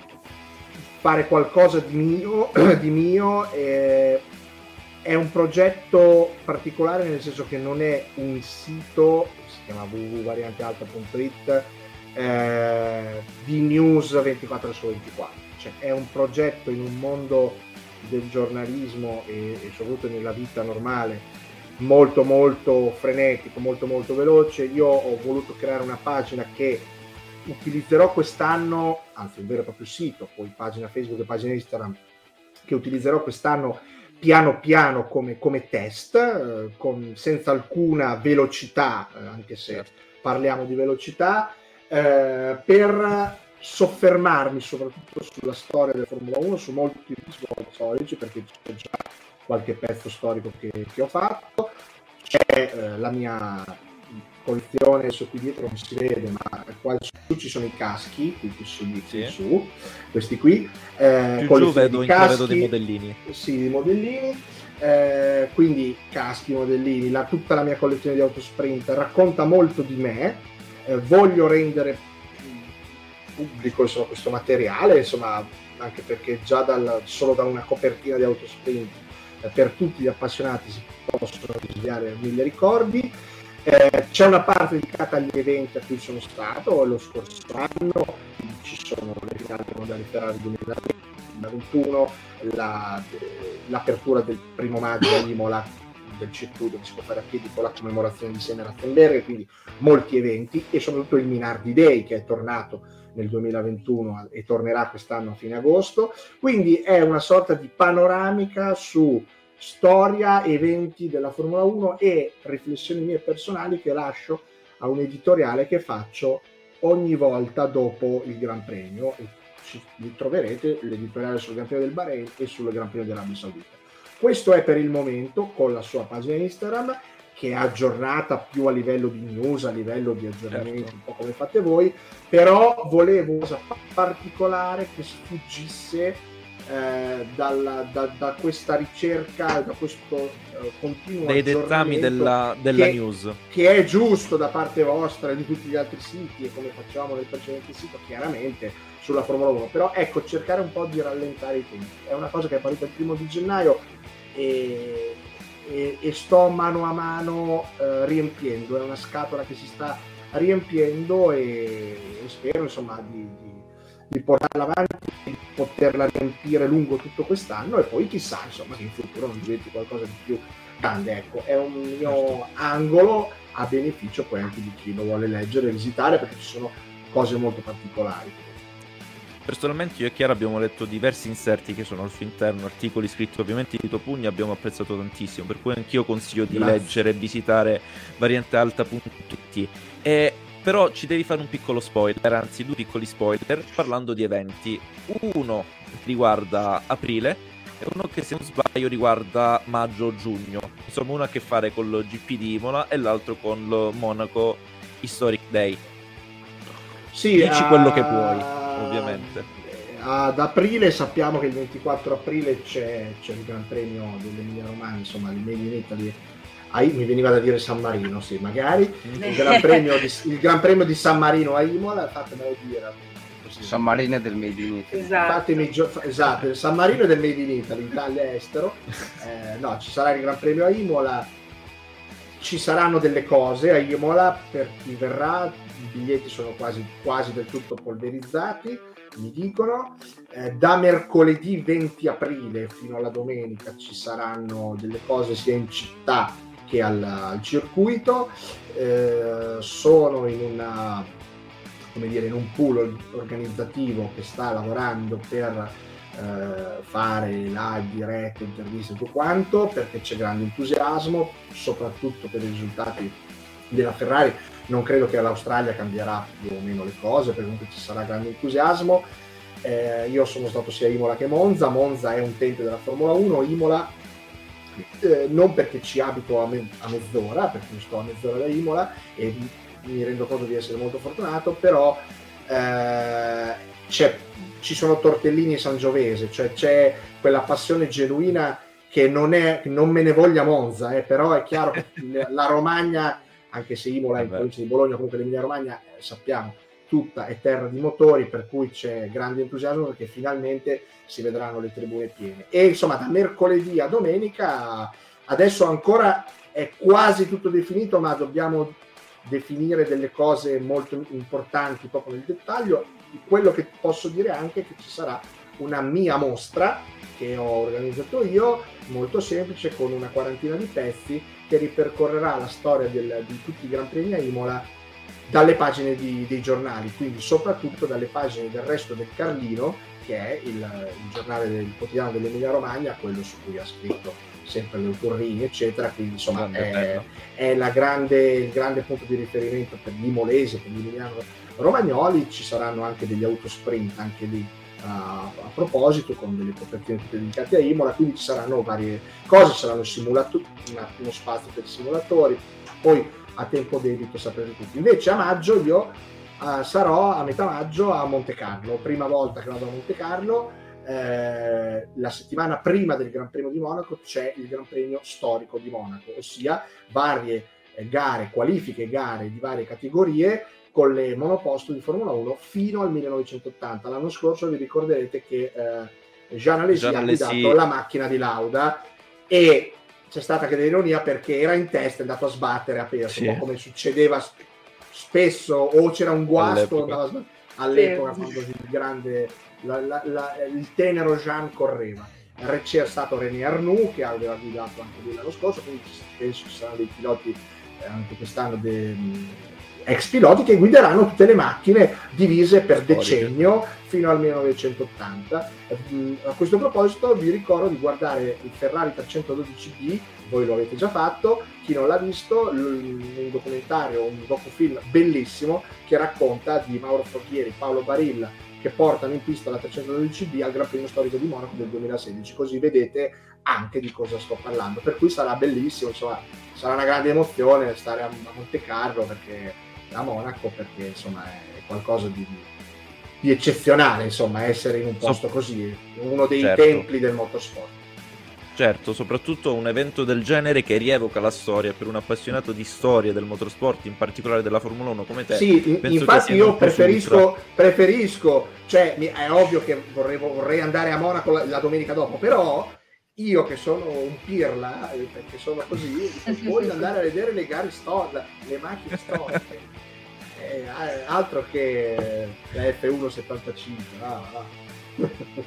fare qualcosa di mio, di mio e è un progetto particolare, nel senso che non è un sito, si chiama w w w punto variante alta punto it, eh, di news ventiquattro ore su ventiquattro, cioè è un progetto in un mondo del giornalismo e, e soprattutto nella vita normale molto molto frenetico, molto molto veloce. Io ho voluto creare una pagina che utilizzerò quest'anno, anzi un vero e proprio sito, poi pagina Facebook e pagina Instagram, che utilizzerò quest'anno piano piano come, come test, eh, con, senza alcuna velocità, eh, anche se certo. parliamo di velocità, eh, per soffermarmi soprattutto sulla storia della Formula uno, su molti episodi storici, perché c'è già qualche pezzo storico che, che ho fatto, c'è eh, la mia collezione, adesso qui dietro non si vede, ma qua su ci sono i caschi, qui, qui, su, qui sì. su, questi qui, eh, più giù vedo, caschi, vedo dei modellini, sì, di modellini, eh, quindi caschi, modellini, la, tutta la mia collezione di autosprint racconta molto di me, eh, voglio rendere pubblico insomma, questo materiale, insomma, anche perché già dal, solo da una copertina di autosprint eh, per tutti gli appassionati si possono risvegliare mille ricordi. Eh, c'è una parte dedicata agli eventi a cui sono stato lo scorso anno, ci sono le finali dei mondiali Ferrari duemilaventuno, la, l'apertura del primo maggio a Imola del C due dove si può fare a piedi con la commemorazione di Senna Rattenberger, quindi molti eventi, e soprattutto il Minardi Day che è tornato nel duemilaventuno e tornerà quest'anno a fine agosto, quindi è una sorta di panoramica su storia, eventi della Formula uno e riflessioni mie personali che lascio a un editoriale che faccio ogni volta dopo il Gran Premio, e ci troverete l'editoriale sul Gran Premio del Bahrain e sul Gran Premio dell'Arabia Saudita. Questo è per il momento, con la sua pagina Instagram che è aggiornata più a livello di news, a livello di aggiornamenti, certo. un po' come fate voi, però volevo una cosa particolare che sfuggisse Eh, dalla, da, da questa ricerca, da questo eh, continuo dei dettami della, della che, news, che è giusto da parte vostra e di tutti gli altri siti, e come facciamo nel precedente sito chiaramente sulla Formula uno, però ecco, cercare un po' di rallentare i tempi. È una cosa che è partita il primo di gennaio e, e, e sto mano a mano eh, riempiendo, è una scatola che si sta riempiendo e, e spero insomma di, di di portarla avanti, di poterla riempire lungo tutto quest'anno, e poi chissà insomma che in futuro non diventi qualcosa di più grande. Ecco, è un mio certo. angolo a beneficio poi anche di chi lo vuole leggere e visitare, perché ci sono cose molto particolari. Personalmente io e Chiara abbiamo letto diversi inserti che sono al suo interno, articoli scritti ovviamente di Tito Pugni, abbiamo apprezzato tantissimo, per cui anch'io consiglio di Grazie. leggere e visitare variantealta punto it. E però ci devi fare un piccolo spoiler, anzi due piccoli spoiler, parlando di eventi. Uno riguarda aprile e uno che, se non sbaglio, riguarda maggio o giugno. Insomma, uno ha a che fare con lo G P di Imola e l'altro con lo Monaco Historic Day. Sì, Dici uh, quello che puoi, ovviamente. Ad aprile sappiamo che il ventiquattro aprile c'è, c'è il Gran Premio dell'Emilia Romagna, insomma il Made in Italy. Ah, mi veniva da dire San Marino, sì, magari il Gran Premio di, il Gran Premio di San Marino a Imola, fatemelo dire. Così. San Marino è del Made in Italy. Esatto. Fatemi gio- esatto, il San Marino è del Made in Italy, Italia estero. Eh, no, ci sarà il Gran Premio a Imola, ci saranno delle cose a Imola per chi verrà, i biglietti sono quasi, quasi del tutto polverizzati, mi dicono. Eh, da mercoledì venti aprile fino alla domenica ci saranno delle cose sia in città che al, al circuito. Eh, sono in una, come dire, in un pool organizzativo che sta lavorando per eh, fare live, dirette, interviste e tutto quanto, perché c'è grande entusiasmo, soprattutto per i risultati della Ferrari. Non credo che all'Australia cambierà più o meno le cose, perché comunque ci sarà grande entusiasmo. Eh, io sono stato sia a Imola che Monza. Monza è un tempio della Formula uno, Imola eh, non perché ci abito a, me- a mezz'ora, perché sto a mezz'ora da Imola e mi rendo conto di essere molto fortunato, però eh, c'è, ci sono tortellini Sangiovese, cioè c'è quella passione genuina che non, è, che non me ne voglia Monza, eh, però è chiaro che la Romagna, anche se Imola è in provincia di Bologna, comunque l'Emilia Romagna eh, sappiamo tutta è terra di motori, per cui c'è grande entusiasmo perché finalmente si vedranno le tribune piene. E insomma da mercoledì a domenica adesso ancora è quasi tutto definito, ma dobbiamo definire delle cose molto importanti proprio nel dettaglio. Quello che posso dire anche è che ci sarà una mia mostra che ho organizzato io, molto semplice, con una quarantina di pezzi, che ripercorrerà la storia del, di tutti i Gran Premi a Imola dalle pagine di, dei giornali, quindi soprattutto dalle pagine del Resto del Carlino, che è il, il giornale del quotidiano dell'Emilia Romagna, quello su cui ha scritto sempre le Turrini, eccetera. Quindi insomma è, è la grande, il grande punto di riferimento per gli imolesi, per gli emiliano romagnoli. Ci saranno anche degli autosprint anche lì a, a proposito, con delle copertine tutte dedicate a Imola, quindi ci saranno varie cose, ci saranno simulatori, uno spazio per i simulatori, poi a tempo debito saprete tutti. Invece a maggio io uh, sarò a metà maggio a Monte Carlo, prima volta che vado a Monte Carlo. Eh, la settimana prima del Gran Premio di Monaco c'è il Gran Premio storico di Monaco, ossia varie eh, gare, qualifiche gare di varie categorie con le monoposto di Formula uno fino al millenovecentottanta. L'anno scorso vi ricorderete che eh, Jean Alesi ha guidato la macchina di Lauda e c'è stata anche dell'ironia perché era in testa, è andato a sbattere, ha perso, sì. Come succedeva spesso, o c'era un guasto all'epoca, all'epoca sì. Quando il grande, la, la, la, il tenero Jean correva. C'è stato René Arnoux che aveva guidato anche lui l'anno scorso, quindi penso ci saranno dei piloti eh, anche quest'anno, de, ex piloti che guideranno tutte le macchine divise per decennio fino al millenovecentottanta. A questo proposito vi ricordo di guardare il Ferrari trecentododici B, voi lo avete già fatto, chi non l'ha visto, un documentario, un docufilm bellissimo che racconta di Mauro Forchieri, Paolo Barilla, che portano in pista la trecentododici B al Gran Premio Storico di Monaco del duemilasedici, così vedete anche di cosa sto parlando, per cui sarà bellissimo, insomma sarà una grande emozione stare a Monte Carlo, perché a Monaco, perché insomma è qualcosa di, di eccezionale, insomma, essere in un posto così, uno dei certo. templi del motorsport. Certo, soprattutto un evento del genere che rievoca la storia per un appassionato di storia del motorsport, in particolare della Formula uno come te. Sì, infatti io preferisco, preferisco, cioè è ovvio che vorrei, vorrei andare a Monaco la, la domenica dopo, però io che sono un pirla, perché sono così, voglio andare a vedere le gare storiche, le macchine storiche. Eh, altro che la F uno settantacinque. Ah, ah.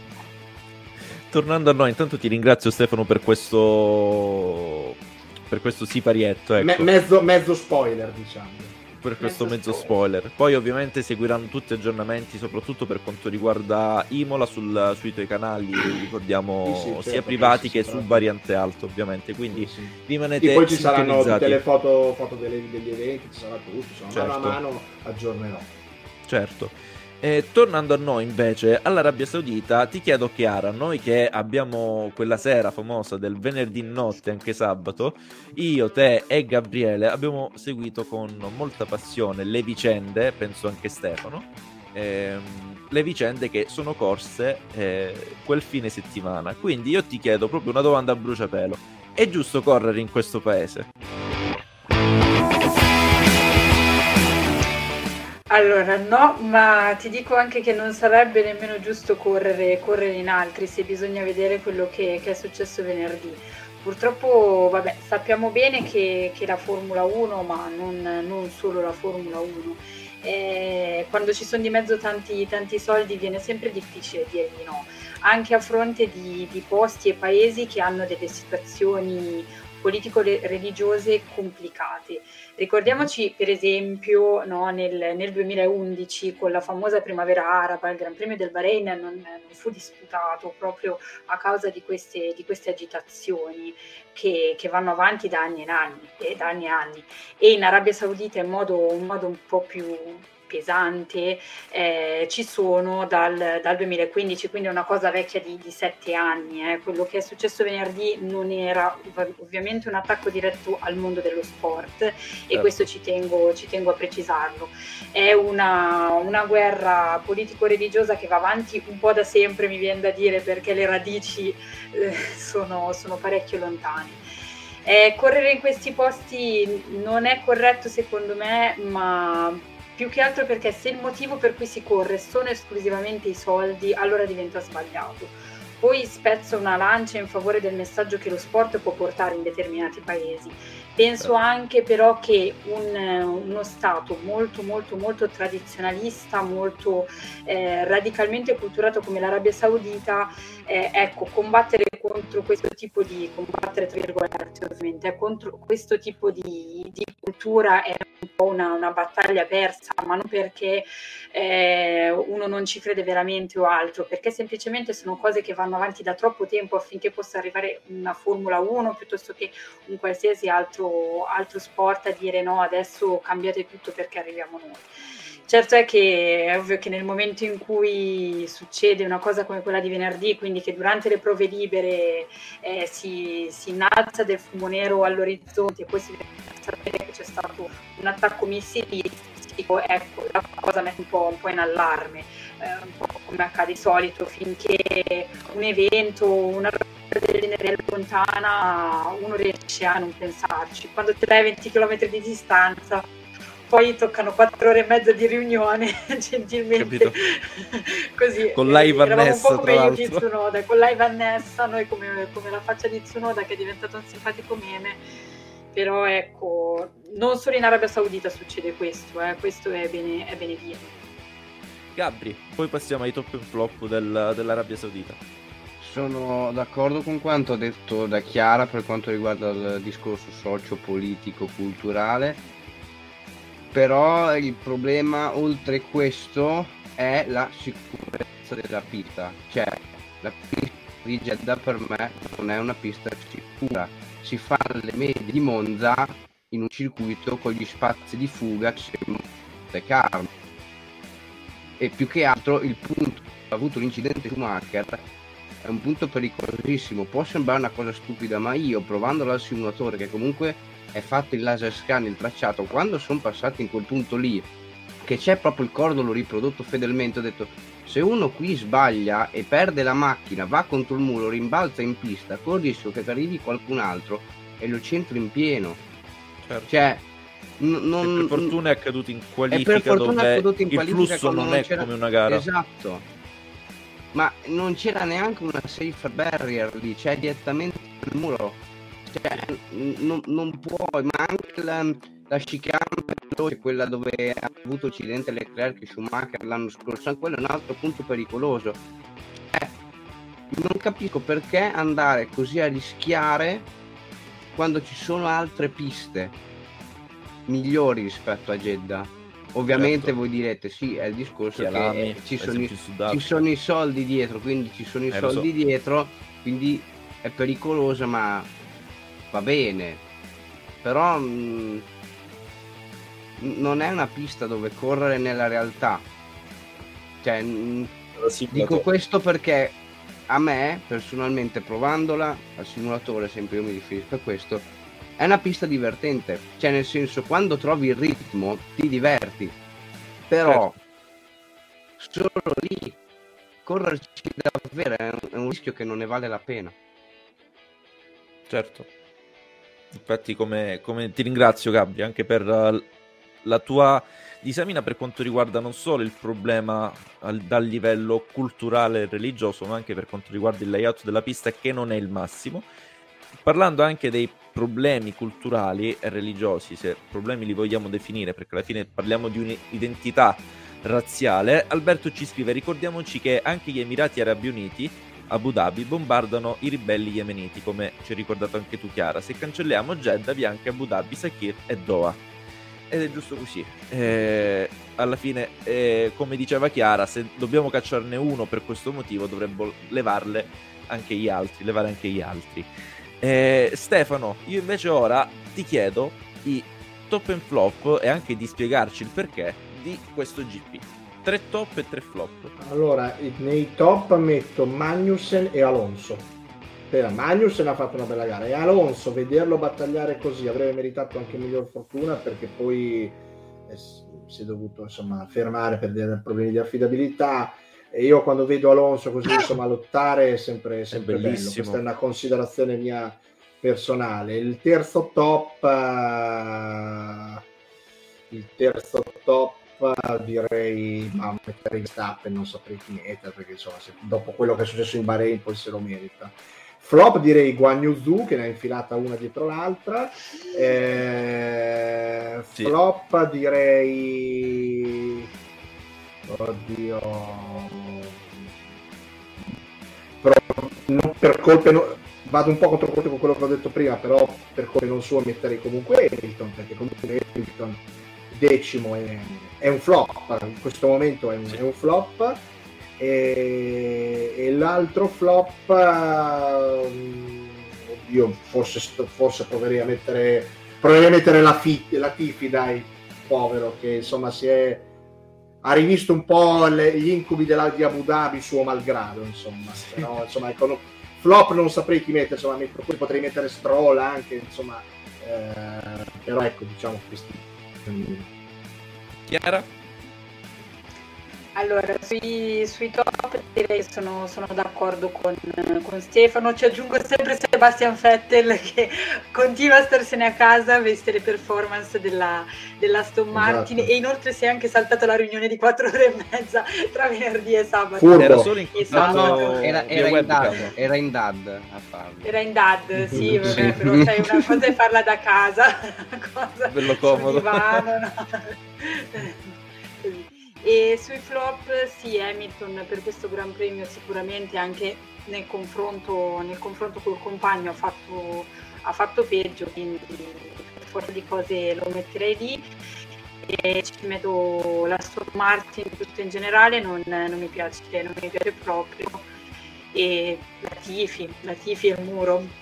Tornando a noi, intanto ti ringrazio Stefano per questo per questo siparietto, ecco. Me- mezzo, mezzo spoiler, diciamo. per questo Mezzo mezzo spoiler. spoiler. Poi ovviamente seguiranno tutti aggiornamenti, soprattutto per quanto riguarda Imola sul, sui tuoi canali, ricordiamo, Sì, sì, certo, sia privati sì, sì, che sì, su certo. Variante Alto, ovviamente. Quindi Sì, sì. rimanete E poi ci saranno tutte sintonizzati. le foto, foto delle- degli eventi, ci sarà tutto, insomma, Certo. mano a mano aggiornerò. Certo. E tornando a noi invece, all'Arabia Saudita, ti chiedo Chiara, noi che abbiamo quella sera famosa del venerdì notte, anche sabato, io, te e Gabriele abbiamo seguito con molta passione le vicende, penso anche Stefano, ehm, le vicende che sono corse eh, quel fine settimana. Quindi io ti chiedo proprio una domanda a bruciapelo: è giusto correre in questo paese? Allora, no, ma ti dico anche che non sarebbe nemmeno giusto correre, correre in altri, se bisogna vedere quello che, che è successo venerdì. Purtroppo, vabbè, sappiamo bene che, che la Formula uno, ma non, non solo la Formula uno, eh, quando ci sono di mezzo tanti, tanti soldi viene sempre difficile dire di no, anche a fronte di, di posti e paesi che hanno delle situazioni politico-religiose complicate. Ricordiamoci per esempio, no, nel, nel duemilaundici con la famosa primavera araba, il Gran Premio del Bahrain non, non fu disputato proprio a causa di queste, di queste agitazioni che, che vanno avanti da anni e anni, e da anni e anni. E in Arabia Saudita in modo, in modo un po' più pesante eh, ci sono dal, dal duemilaquindici, quindi è una cosa vecchia di, di sette anni. Eh. Quello che è successo venerdì non era ov- ovviamente un attacco diretto al mondo dello sport, e Certo. questo ci tengo, ci tengo a precisarlo. È una, una guerra politico-religiosa che va avanti un po' da sempre, mi viene da dire, perché le radici eh, sono, sono parecchio lontane. Eh, correre in questi posti non è corretto secondo me, ma più che altro perché se il motivo per cui si corre sono esclusivamente i soldi, allora diventa sbagliato. Poi spezzo una lancia in favore del messaggio che lo sport può portare in determinati paesi. Penso anche però che un, uno Stato molto molto molto tradizionalista, molto eh, radicalmente acculturato come l'Arabia Saudita, eh, ecco, combattere contro questo tipo di, combattere tra virgolette ovviamente, eh, contro questo tipo di, di cultura è un po' una, una battaglia persa, ma non perché eh, uno non ci crede veramente o altro, perché semplicemente sono cose che vanno avanti da troppo tempo affinché possa arrivare una Formula uno piuttosto che un qualsiasi altro, altro sport a dire no, adesso cambiate tutto perché arriviamo noi. Certo è che è ovvio che nel momento in cui succede una cosa come quella di venerdì, quindi che durante le prove libere eh, si, si innalza del fumo nero all'orizzonte e poi si deve sapere che c'è stato un attacco missilistico, ecco, la cosa mette un po', un po' in allarme, eh, un po' come accade di solito, finché un evento, una del genere è lontana, uno riesce a non pensarci. Quando ce l'hai a venti chilometri di distanza, poi toccano quattro ore e mezza di riunione, gentilmente. Così. Con live annessa, un po' come tra Yuki l'altro. Tsunoda, con live annessa, noi come, come la faccia di Tsunoda che è diventato un simpatico meme, però ecco, non solo in Arabia Saudita succede questo, eh, questo è bene, è bene dirlo. Gabri, poi passiamo ai top e flop del, dell'Arabia Saudita. Sono d'accordo con quanto ha detto da Chiara per quanto riguarda il discorso socio-politico-culturale, però il problema oltre questo è la sicurezza della pista. Cioè, la pista di Jeddah per me non è una pista sicura. Si fa le medie di Monza in un circuito con gli spazi di fuga che c'è Monte Carlo, e più che altro il punto che ha avuto l'incidente Schumacher è un punto pericolosissimo. Può sembrare una cosa stupida, ma io provandolo al simulatore, che comunque è fatto il laser scan, il tracciato, quando sono passati in quel punto lì che c'è proprio il cordolo riprodotto fedelmente, ho detto: se uno qui sbaglia e perde la macchina, va contro il muro, rimbalza in pista, con il rischio che arrivi qualcun altro e lo centro in pieno. Certo. Cioè n- non, E per fortuna è accaduto in e per qualifica fortuna è dove accaduto in il qualifica flusso quando non non è c'era- come una gara. Esatto, ma non c'era neanche una safe barrier lì, cioè direttamente il muro. Cioè, n- non, non puoi, ma anche la, la chicane veloce, quella dove ha avuto incidente Leclerc e Schumacher l'anno scorso, quello è un altro punto pericoloso. Cioè, non capisco perché andare così a rischiare quando ci sono altre piste. migliori rispetto a Jeddah. Ovviamente certo. voi direte sì, è il discorso Sì, che Alami, ci, sono i, Sudafrica. ci sono i soldi dietro, quindi ci sono i Eh, lo soldi so. dietro, quindi è pericolosa, ma va bene. Però mh, non è una pista dove correre nella realtà. Cioè, mh, dico questo perché a me, personalmente, provandola al simulatore, sempre io mi riferisco a questo, è una pista divertente. Cioè, nel senso, quando trovi il ritmo, ti diverti. Però, certo, solo lì, correrci davvero è un, è un rischio che non ne vale la pena. Certo. Infatti, come, come ti ringrazio, Gabri, anche per uh, la tua disamina per quanto riguarda non solo il problema al, dal livello culturale e religioso, ma anche per quanto riguarda il layout della pista, che non è il massimo. Parlando anche dei problemi culturali e religiosi, se problemi li vogliamo definire, perché alla fine parliamo di un'identità razziale, Alberto ci scrive: ricordiamoci che anche gli Emirati Arabi Uniti, Abu Dhabi, bombardano i ribelli yemeniti, come ci hai ricordato anche tu, Chiara. Se cancelliamo Jeddah, vi anche Abu Dhabi, Sakir e Doha. Ed è giusto così. Eh, alla fine, eh, come diceva Chiara, se dobbiamo cacciarne uno per questo motivo, dovremmo levarle anche gli altri, levare anche gli altri. Eh, Stefano, io invece ora ti chiedo i top and flop e anche di spiegarci il perché di questo G P. Tre top e tre flop. Allora, nei top metto Magnussen e Alonso. Per Magnussen ha fatto una bella gara e Alonso, vederlo battagliare così, avrebbe meritato anche miglior fortuna, perché poi eh, si è dovuto insomma fermare per dei problemi di affidabilità. E io quando vedo Alonso così insomma lottare è sempre, sempre è bello. bellissimo. Questa è una considerazione mia personale. Il terzo top uh, il terzo top uh, direi ma mettere Verstappen, non saprei chi mettere, perché insomma se, dopo quello che è successo in Bahrain poi se lo merita. Flop direi Guan Yu Zhou, che ne ha infilata una dietro l'altra. Eh, Sì. Flop direi oddio però non per colpe no, vado un po' contro colpe con quello che ho detto prima, però per colpe non sue metterei comunque Hamilton, perché comunque Hamilton decimo è, è un flop, in questo momento è un, è un flop. E, e l'altro flop um, oddio forse, forse proverei a mettere proverei a mettere la, fi, la Tifi, dai, povero, che insomma si è ha rivisto un po' le, gli incubi della, di Abu Dhabi suo malgrado, insomma. Però, insomma, ecco, flop non saprei chi mettere, insomma, potrei mettere Stroll anche, insomma, eh, però ecco, diciamo questi. Chiara? Allora, sui, sui top direi che sono, sono d'accordo con, con Stefano. Ci aggiungo sempre Sebastian Vettel, che continua a starsene a casa, viste le performance della, dell'Aston Martin, esatto. E inoltre si è anche saltato la riunione di quattro ore e mezza tra venerdì e sabato. Furbo. Era solo in esatto. no, no, era, era, in dad, era in dad a farlo. Era in dad, sì, vabbè, però sai, una cosa è farla da casa, una cosa bello comodo. sul divano, no? E sui flop sì, Hamilton per questo Gran Premio sicuramente anche nel confronto, nel confronto col compagno ha fatto, ha fatto peggio, quindi per forza di cose lo metterei lì. E ci metto la Aston Martin tutto in generale, non, non mi piace, non mi piace proprio, e la Tifi, la Tifi è il muro.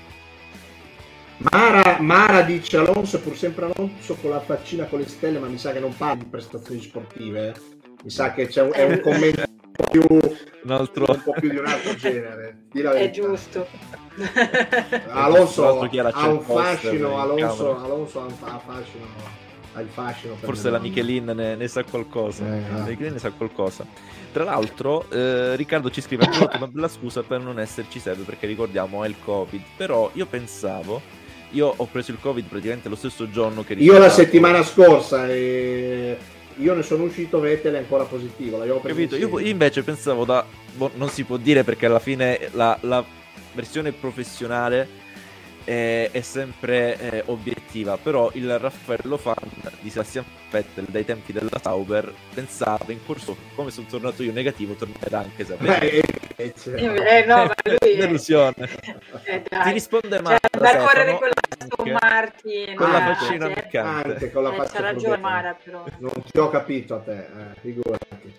Mara, Mara dice Alonso è pur sempre Alonso con la faccina con le stelle, ma mi sa che non parla di prestazioni sportive, eh. Mi sa che c'è un, è un commento un po' più un, altro... un po' più di un altro genere. Di la è giusto. Alonso ha un fascino, Alonso, Alonso ha un fascino, ha il fascino. Forse la Michelin ne, ne sa qualcosa. Eh, la Michelin ne sa qualcosa. Tra l'altro, eh, Riccardo ci scrive: ha una bella scusa per non esserci serve, perché ricordiamo è il Covid. Però io pensavo. Io ho preso il Covid praticamente lo stesso giorno che io la settimana scorsa e io ne sono uscito, Vettel è ancora positivo. Capito? Io, io invece pensavo da boh, non si può dire perché alla fine la, la versione professionale è, è sempre eh, obiettiva, però il Raffaello fan di Sebastian Vettel dai tempi della Sauber pensava in corso, come sono tornato io negativo, tornerà anche Sapere. Eh, eh, no, ma lui delusione. Eh, Ti risponde cioè, Marta, da correre Stefano, con la Aston anche Martin, con la ah, faccina cioè, piccante. Anche con la eh, faccia c'ha ragione provocante. Mara, però Non ti ho capito a te, eh, figurati.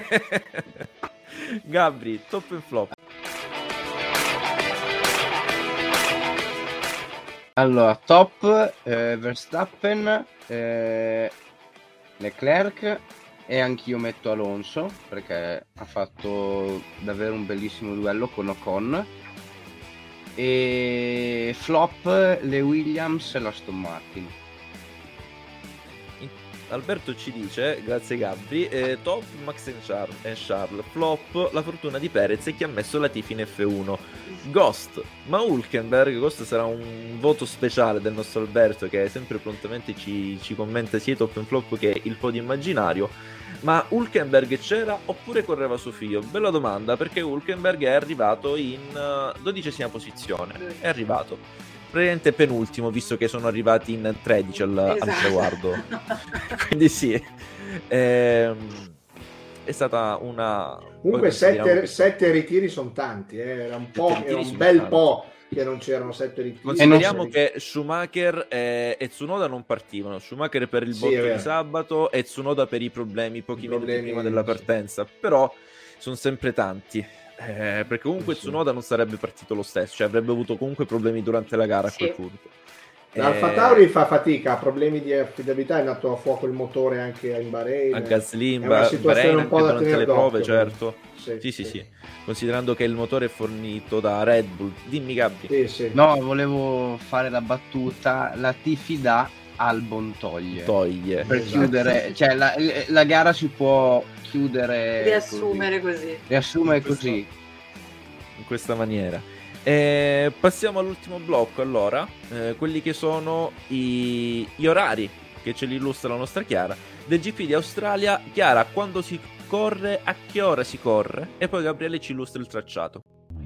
Gabri, top and flop. Allora, top eh, Verstappen, eh, Leclerc, e anch'io metto Alonso perché ha fatto davvero un bellissimo duello con Ocon. E flop le Williams e l'Aston Martin. Alberto ci dice, grazie Gabri, eh, top Max e Charles, e Charles, flop la fortuna di Perez e chi ha messo la Tifi in F uno. Ghost, ma Hülkenberg, questo sarà un voto speciale del nostro Alberto che sempre prontamente ci, ci commenta sia i top and flop che il podio immaginario. Ma Hülkenberg c'era oppure correva suo figlio? Bella domanda, perché Hülkenberg è arrivato in uh, dodicesima posizione, è arrivato praticamente penultimo, visto che sono arrivati in tredici al, esatto. al traguardo. Quindi sì, ehm, è stata una... Comunque sette, che... sette ritiri sono tanti, eh. Era un, po', era un bel tanti. po' che non c'erano sette ritiri. Consideriamo che Schumacher e, e Tsunoda non partivano, Schumacher per il Sì, botto di sabato e Tsunoda per i problemi pochi I minuti problemi, prima della partenza, sì. Però sono sempre tanti. Eh, perché comunque sì. Tsunoda non sarebbe partito lo stesso, cioè avrebbe avuto comunque problemi durante la gara, sì. A quel punto. L'Alfa Tauri fa fatica, ha problemi di affidabilità, è andato a fuoco il motore anche in Bahrain. A Gasly, in ba- Bahrain, un po' da durante le prove, d'occhio, certo. Sì sì, sì, sì, sì. Considerando che il motore è fornito da Red Bull. Dimmi Gabri. Sì, sì. No, volevo fare la battuta, la Tifi da Albon toglie. Toglie. Per esatto. chiudere, cioè la, la gara si può chiudere... Riassumere così. così. Riassumere così. In questa maniera. E passiamo all'ultimo blocco allora, eh, quelli che sono i, gli orari che ce li illustra la nostra Chiara del G P di Australia. Chiara, quando si corre, a che ora si corre, e poi Gabriele ci illustra il tracciato.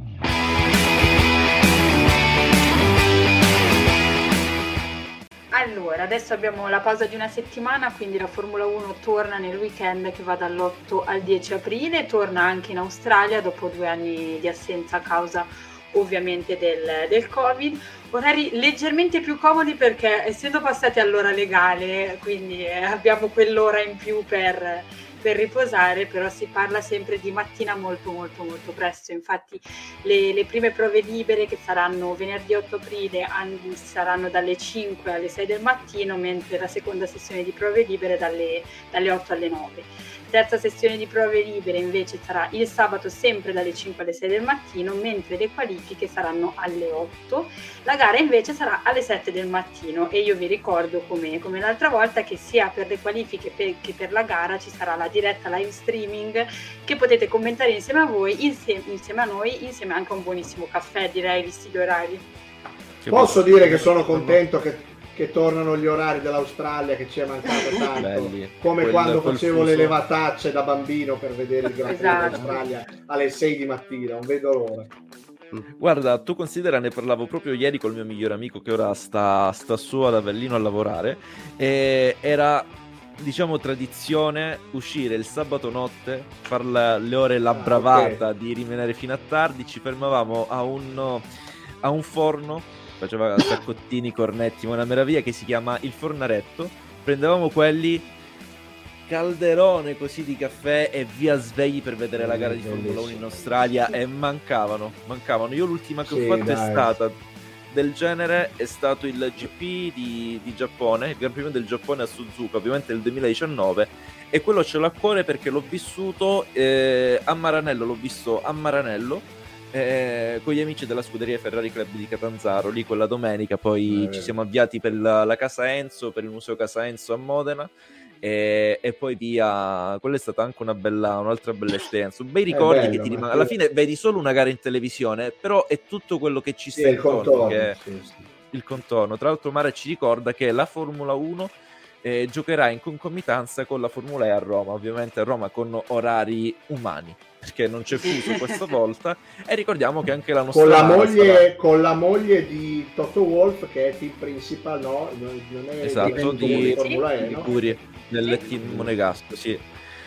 Allora, adesso abbiamo la pausa di una settimana, quindi la Formula uno torna nel weekend che va dall'otto al dieci aprile, torna anche in Australia dopo due anni di assenza a causa ovviamente del, del Covid. Orari leggermente più comodi perché essendo passati all'ora legale, quindi eh, abbiamo quell'ora in più per, per riposare, però si parla sempre di mattina molto molto molto presto. Infatti le, le prime prove libere, che saranno venerdì otto aprile, an- saranno dalle cinque alle sei del mattino, mentre la seconda sessione di prove libere dalle, dalle otto alle nove. Terza sessione di prove libere invece sarà il sabato sempre dalle cinque alle sei del mattino, mentre le qualifiche saranno alle otto. La gara invece sarà alle sette del mattino, e io vi ricordo come, come l'altra volta che sia per le qualifiche per, che per la gara ci sarà la diretta live streaming che potete commentare insieme a voi, insieme, insieme a noi, insieme anche a un buonissimo caffè, direi, visti gli orari. Posso dire che sono contento che che tornano gli orari dell'Australia, che ci è mancato tanto. Belli. Come quel, quando quel facevo fuso. Le levatacce da bambino per vedere il Gran Premio esatto. d'Australia alle sei di mattina, non vedo l'ora. Guarda, tu considera, ne parlavo proprio ieri col mio migliore amico che ora sta, sta su ad Avellino a lavorare, e era, diciamo, tradizione uscire il sabato notte, fare la, le ore la bravata, ah, okay. di rimanere fino a tardi. Ci fermavamo a un, a un forno, faceva saccottini, cornetti, una meraviglia, che si chiama il Fornaretto. Prendevamo quelli, calderone così di caffè e via svegli per vedere la gara di Formula uno in Australia, e mancavano, mancavano. Io l'ultima che sì, ho fatto dai. è stata del genere, è stato il G P di, di Giappone, il Gran Premio del Giappone a Suzuka, ovviamente nel duemiladiciannove, e quello ce l'ho a cuore perché l'ho vissuto eh, a Maranello, l'ho visto a Maranello, Eh, con gli amici della scuderia Ferrari Club di Catanzaro, lì quella domenica. Poi eh. ci siamo avviati per la, la Casa Enzo, per il Museo Casa Enzo a Modena, e, e poi via. Quella è stata anche una bella, un'altra bella esperienza, un bei ricordi bello, che ti rimangono. Alla fine vedi solo una gara in televisione, però è tutto quello che ci sì, sta intorno, che è sì, sì. il contorno. Tra l'altro Mara ci ricorda che la Formula uno eh, giocherà in concomitanza con la Formula E a Roma, ovviamente a Roma con orari umani, perché non c'è fuso questa volta, e ricordiamo che anche la nostra con la Mara moglie sarà... con la moglie di Toto Wolff, che è team principal, no? Non non è Esatto, di, di, Formula E, di no? Curi, del team Monegasco, sì.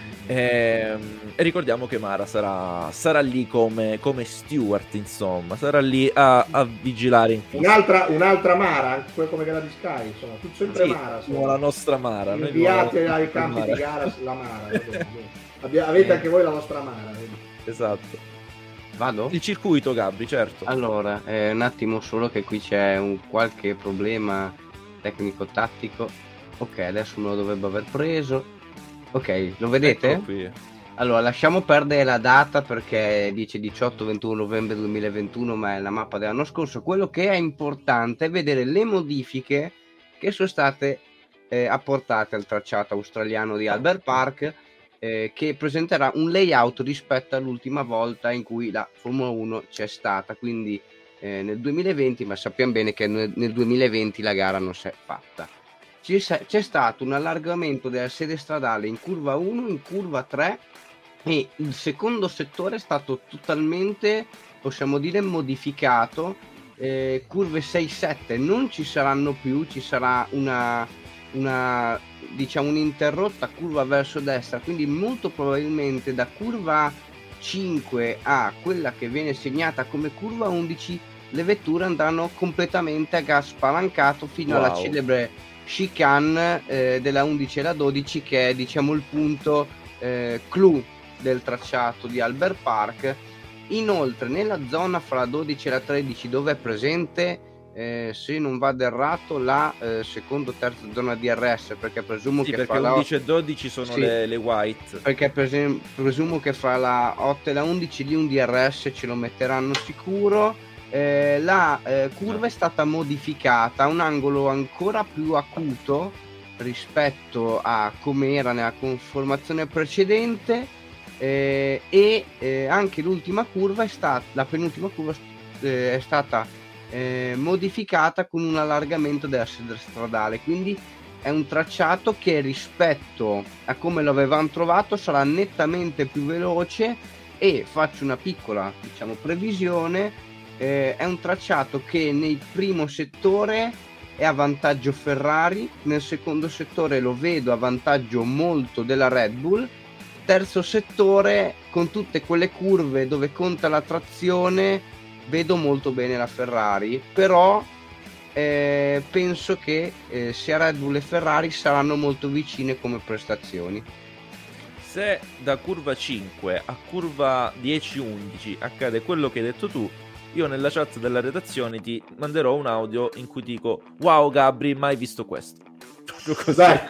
E, e ricordiamo che Mara sarà, sarà lì come, come steward, insomma, sarà lì a, a vigilare in pista. Un'altra, un'altra Mara, anche come quella di Sky, insomma, tu sempre Sì, Mara. come la nostra Mara. Noi Inviate abbiamo la ai campi Mara. di gara la Mara. va bene, va bene. Abbia- avete anche voi la vostra Mara. vedi? Esatto. Vado? Il circuito, Gabri, certo. Allora, eh, un attimo solo che qui c'è un qualche problema tecnico-tattico. Ok, adesso me lo dovrebbe aver preso. Ok, lo vedete? Ecco qui. Allora, lasciamo perdere la data perché dice diciotto ventuno novembre duemilaventuno, ma è la mappa dell'anno scorso. Quello che è importante è vedere le modifiche che sono state eh, apportate al tracciato australiano di Albert Park, eh, che presenterà un layout rispetto all'ultima volta in cui la Formula uno c'è stata, quindi eh, nel duemilaventi, ma sappiamo bene che nel, nel duemilaventi la gara non si è fatta. Ci sa- c'è stato un allargamento della sede stradale in curva uno, in curva tre, e il secondo settore è stato totalmente, possiamo dire, modificato. Eh, curve sei sette non ci saranno più, ci sarà una, una diciamo un'interrotta curva verso destra, quindi molto probabilmente da curva cinque a quella che viene segnata come curva undici le vetture andranno completamente a gas spalancato fino Wow. alla celebre chicane eh, della undici e la dodici, che è diciamo il punto eh, clou del tracciato di Albert Park. Inoltre nella zona fra la dodici e la tredici, dove è presente eh, se non vado errato la eh, seconda o terza zona D R S, perché presumo Sì, che perché fra la undici e dodici sono Sì. le, le white. perché prese- presumo che fra la otto e la undici lì un D R S ce lo metteranno sicuro. Eh, la eh, curva è stata modificata a un angolo ancora più acuto rispetto a come era nella conformazione precedente, eh, e eh, anche l'ultima curva è stata la penultima curva eh, è stata eh, modificata con un allargamento della sede stradale, quindi è un tracciato che rispetto a come lo avevamo trovato sarà nettamente più veloce. E faccio una piccola diciamo previsione: Eh, è un tracciato che nel primo settore è a vantaggio Ferrari, nel secondo settore lo vedo a vantaggio molto della Red Bull, terzo settore con tutte quelle curve dove conta la trazione vedo molto bene la Ferrari, però eh, penso che eh, sia Red Bull e Ferrari saranno molto vicine come prestazioni. Se da curva cinque a curva dieci undici accade quello che hai detto tu, io nella chat della redazione ti manderò un audio in cui dico: wow Gabri, mai visto questo. Proprio così. Dai.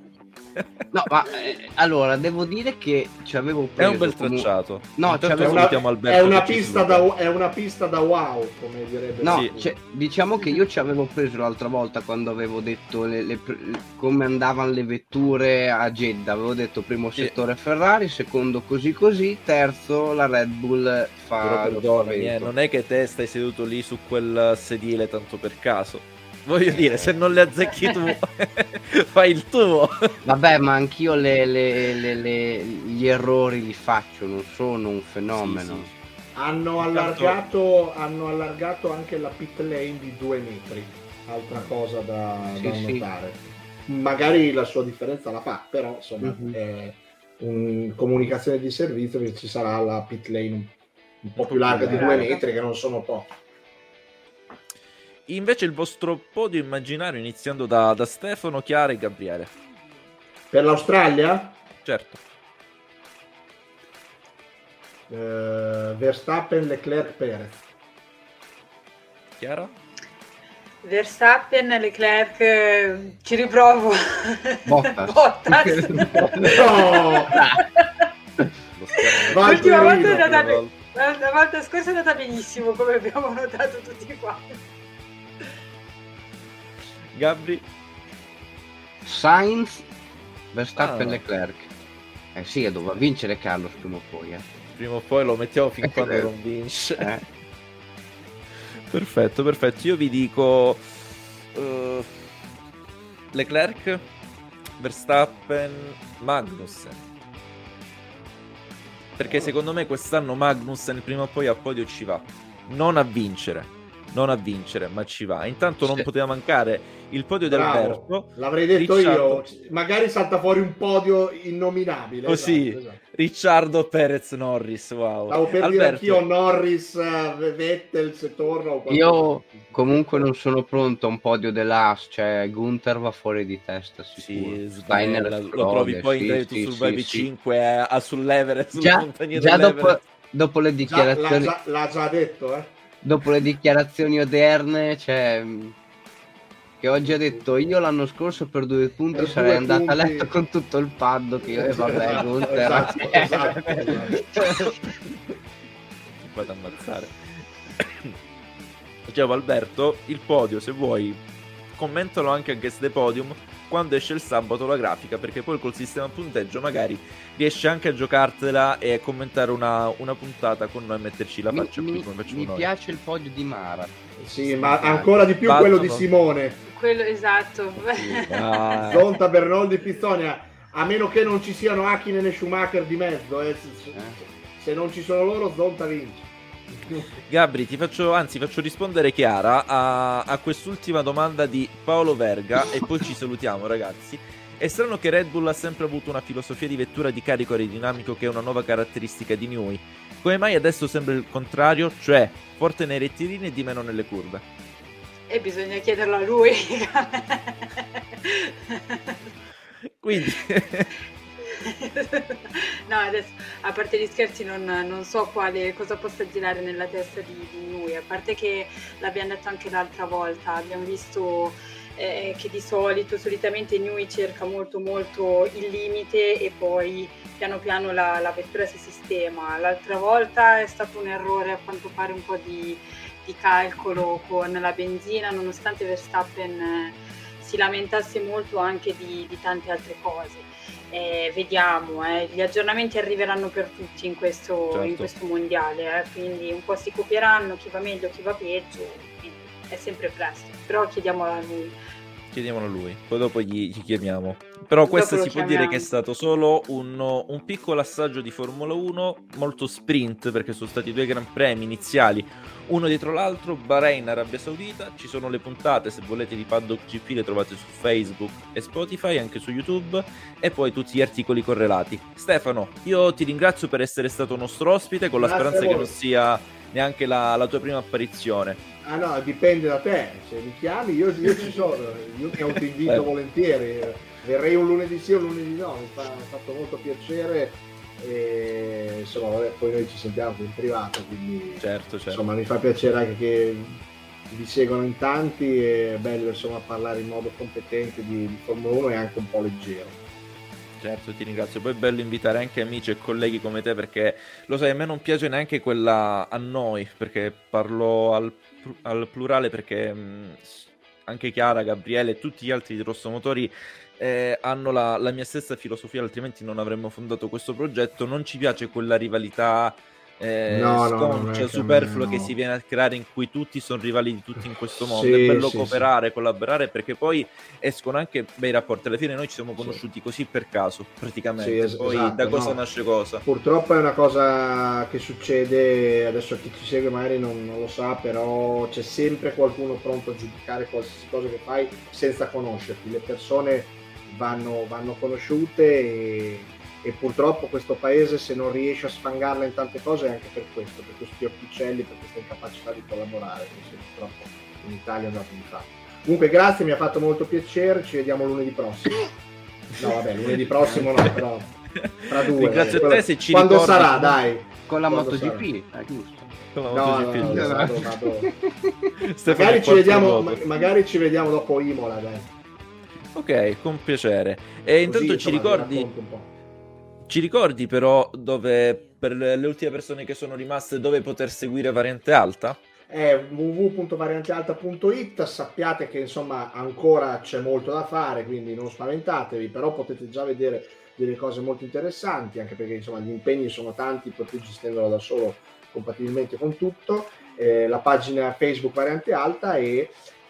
No, ma eh, allora devo dire che ci avevo È preso un bel comu- tracciato. No, Intanto c'aveva- È una, salutiamo Alberto è una che ci pista saluta. da, è una pista da wow, come direbbe. No, Sì. cioè, diciamo che io ci avevo preso l'altra volta quando avevo detto le, le pr- come andavano le vetture a Jeddah. Avevo detto primo Sì. settore Ferrari, secondo così così, terzo la Red Bull fa Però lo perdonami, eh, spavento. non è che te stai seduto lì su quel sedile tanto per caso. Voglio dire, se non le azzecchi tu, fai il tuo. Vabbè, ma anch'io le, le- le- le- gli errori li faccio, non sono un fenomeno. Sì, sì. Hanno allargato, hanno allargato anche la pit lane di due metri, altra cosa da, Sì, da sì. notare. Magari la sua differenza la fa, però insomma Mhm. è un comunicazione di servizio che ci sarà la pit lane un, un po' più larga di due metri, che non sono pochi. Invece il vostro podio immaginario, iniziando da, da Stefano, Chiara e Gabriele. Per l'Australia, Certo. eh, Verstappen, Leclerc, Perez. Chiara? Verstappen, Leclerc, eh, ci riprovo. Bottas. Bottas. No! Lo stiamo Vai, L'ultima Torino, volta è andata una volta. be- la volta scorsa è andata benissimo, come abbiamo notato tutti quanti. Gabri? Sainz, Verstappen, Ah. Leclerc. Eh sì, doveva vincere Carlos prima o poi. Eh. Prima o poi lo mettiamo fin Eh, quando eh. non vince. Eh. Perfetto, perfetto. Io vi dico eh, Leclerc, Verstappen, Magnussen, perché secondo me quest'anno Magnussen prima o poi a podio ci va, non a vincere, non a vincere, ma ci va. Intanto non Sì. poteva mancare il podio di Bravo, Alberto. l'avrei detto Ricciardo... io, magari salta fuori un podio innominabile. Così, esatto, esatto. Ricciardo, Perez, Norris, wow. Stavo per Alberto... dire anch'io Norris, Vettel se torna o qualcosa. Io comunque non sono pronto a un podio dell'As, cioè Gunther va fuori di testa sicuro. Sì, Stai nelle sbella, lo frode, trovi poi sì, in Drive to sì, Survive sì, cinque sì. a, a sull'Everest, sulla già, montagna già dopo, dell'Everest. dopo le Già, dichiarazioni l'ha, già, l'ha già detto, eh. Dopo le dichiarazioni oderne, cioè che oggi ha detto io l'anno scorso per due punti Per sarei due andato punti. a letto con tutto il paddock, io e vabbè, Esatto, Gunther, esatto, cioè. esatto, esatto. Vado a ammazzare. Dicevo Alberto, il podio se vuoi commentalo anche a Guess the Podium quando esce il sabato la grafica, perché poi col sistema punteggio magari riesci anche a giocartela e a commentare una, una puntata con noi e metterci la faccia mi, qui mi, come facciamo mi noi. piace il podio di Mara. Sì, ma ancora di più Battono. quello di Simone. Quello esatto. Ah. Zonta, Bernoldi, Pizzonia, a meno che non ci siano Hakkinen e Schumacher di mezzo, eh. Se, se non ci sono loro, Zonta vince. Gabri, ti faccio, anzi faccio rispondere Chiara a, a quest'ultima domanda di Paolo Verga e poi ci salutiamo ragazzi. È strano che Red Bull ha sempre avuto una filosofia di vettura di carico aerodinamico che è una nuova caratteristica di Newey. Come mai adesso sembra il contrario, cioè forte nei rettilini e di meno nelle curve? E bisogna chiederlo a lui. Quindi... No, adesso a parte gli scherzi non, non so quale cosa possa girare nella testa di, di lui, a parte che l'abbiamo detto anche l'altra volta, abbiamo visto eh, che di solito solitamente Newey cerca molto molto il limite e poi piano piano la, la vettura si sistema. L'altra volta è stato un errore a quanto pare un po' di, di calcolo con la benzina, nonostante Verstappen eh, si lamentasse molto anche di, di tante altre cose. Eh, vediamo, eh. Gli aggiornamenti arriveranno per tutti in questo, certo. in questo mondiale, eh. Quindi un po' si copieranno, chi va meglio, chi va peggio, è sempre presto, però chiediamolo a lui. Chiediamolo a lui, poi dopo gli, gli chiamiamo. Però questo si può dire che è stato solo un, un piccolo assaggio di Formula uno, molto sprint, perché sono stati due gran premi iniziali, uno dietro l'altro, Bahrain, Arabia Saudita. Ci sono le puntate, se volete, di Paddock G P, le trovate su Facebook e Spotify, anche su YouTube, e poi tutti gli articoli correlati. Stefano, io ti ringrazio per essere stato nostro ospite, con la Grazie speranza che non sia neanche la, la tua prima apparizione. Ah no, dipende da te, se mi chiami io, io ci sono, io ti autoinvito eh. volentieri, verrei un lunedì sì o un lunedì no, mi fa, mi ha fatto molto piacere e insomma vabbè, poi noi ci sentiamo in privato, quindi certo, certo. Insomma mi fa piacere anche che vi seguono in tanti, è bello insomma parlare in modo competente di, di Formula uno e anche un po' leggero. Certo, ti ringrazio. Poi è bello invitare anche amici e colleghi come te, perché lo sai, a me non piace neanche quella a noi, perché parlo al, al plurale, perché mh, anche Chiara, Gabriele e tutti gli altri di Rossomotori eh, hanno la, la mia stessa filosofia, altrimenti non avremmo fondato questo progetto. Non ci piace quella rivalità eh, no, sconcia, no, superflua no. che si viene a creare, in cui tutti sono rivali di tutti in questo mondo. Sì, è bello sì, cooperare, sì. collaborare, perché poi escono anche bei rapporti. Alla fine noi ci siamo conosciuti sì. così per caso, praticamente. Sì, es- poi esatto, da cosa no. nasce cosa. Purtroppo è una cosa che succede, adesso chi ci segue magari non, non lo sa, però c'è sempre qualcuno pronto a giudicare qualsiasi cosa che fai senza conoscerti. Le persone vanno, vanno conosciute e e purtroppo questo paese, se non riesce a sfangarla in tante cose, è anche per questo, per questi orticelli, per questa incapacità di collaborare, che purtroppo in Italia è andato di fatto. Comunque grazie, mi ha fatto molto piacere, ci vediamo lunedì prossimo. No vabbè, lunedì prossimo no, però tra due. Grazie eh, a te, se ci quando ricordi, sarà, dai. Con la MotoGP, è giusto. Con la no, MotoGP. no, no, vado, vado. Stefano, magari, ci vediamo, ma- magari ci vediamo dopo Imola, dai. Ok, con piacere. E intanto Così, ci insomma, ricordi... Ci ricordi però dove, per le ultime persone che sono rimaste, dove poter seguire Variante Alta? È w w w punto variante alta punto i t. Sappiate che insomma ancora c'è molto da fare, quindi non spaventatevi, però potete già vedere delle cose molto interessanti, anche perché insomma gli impegni sono tanti, per cui gestendola da solo compatibilmente con tutto. Eh, la pagina Facebook Variante Alta e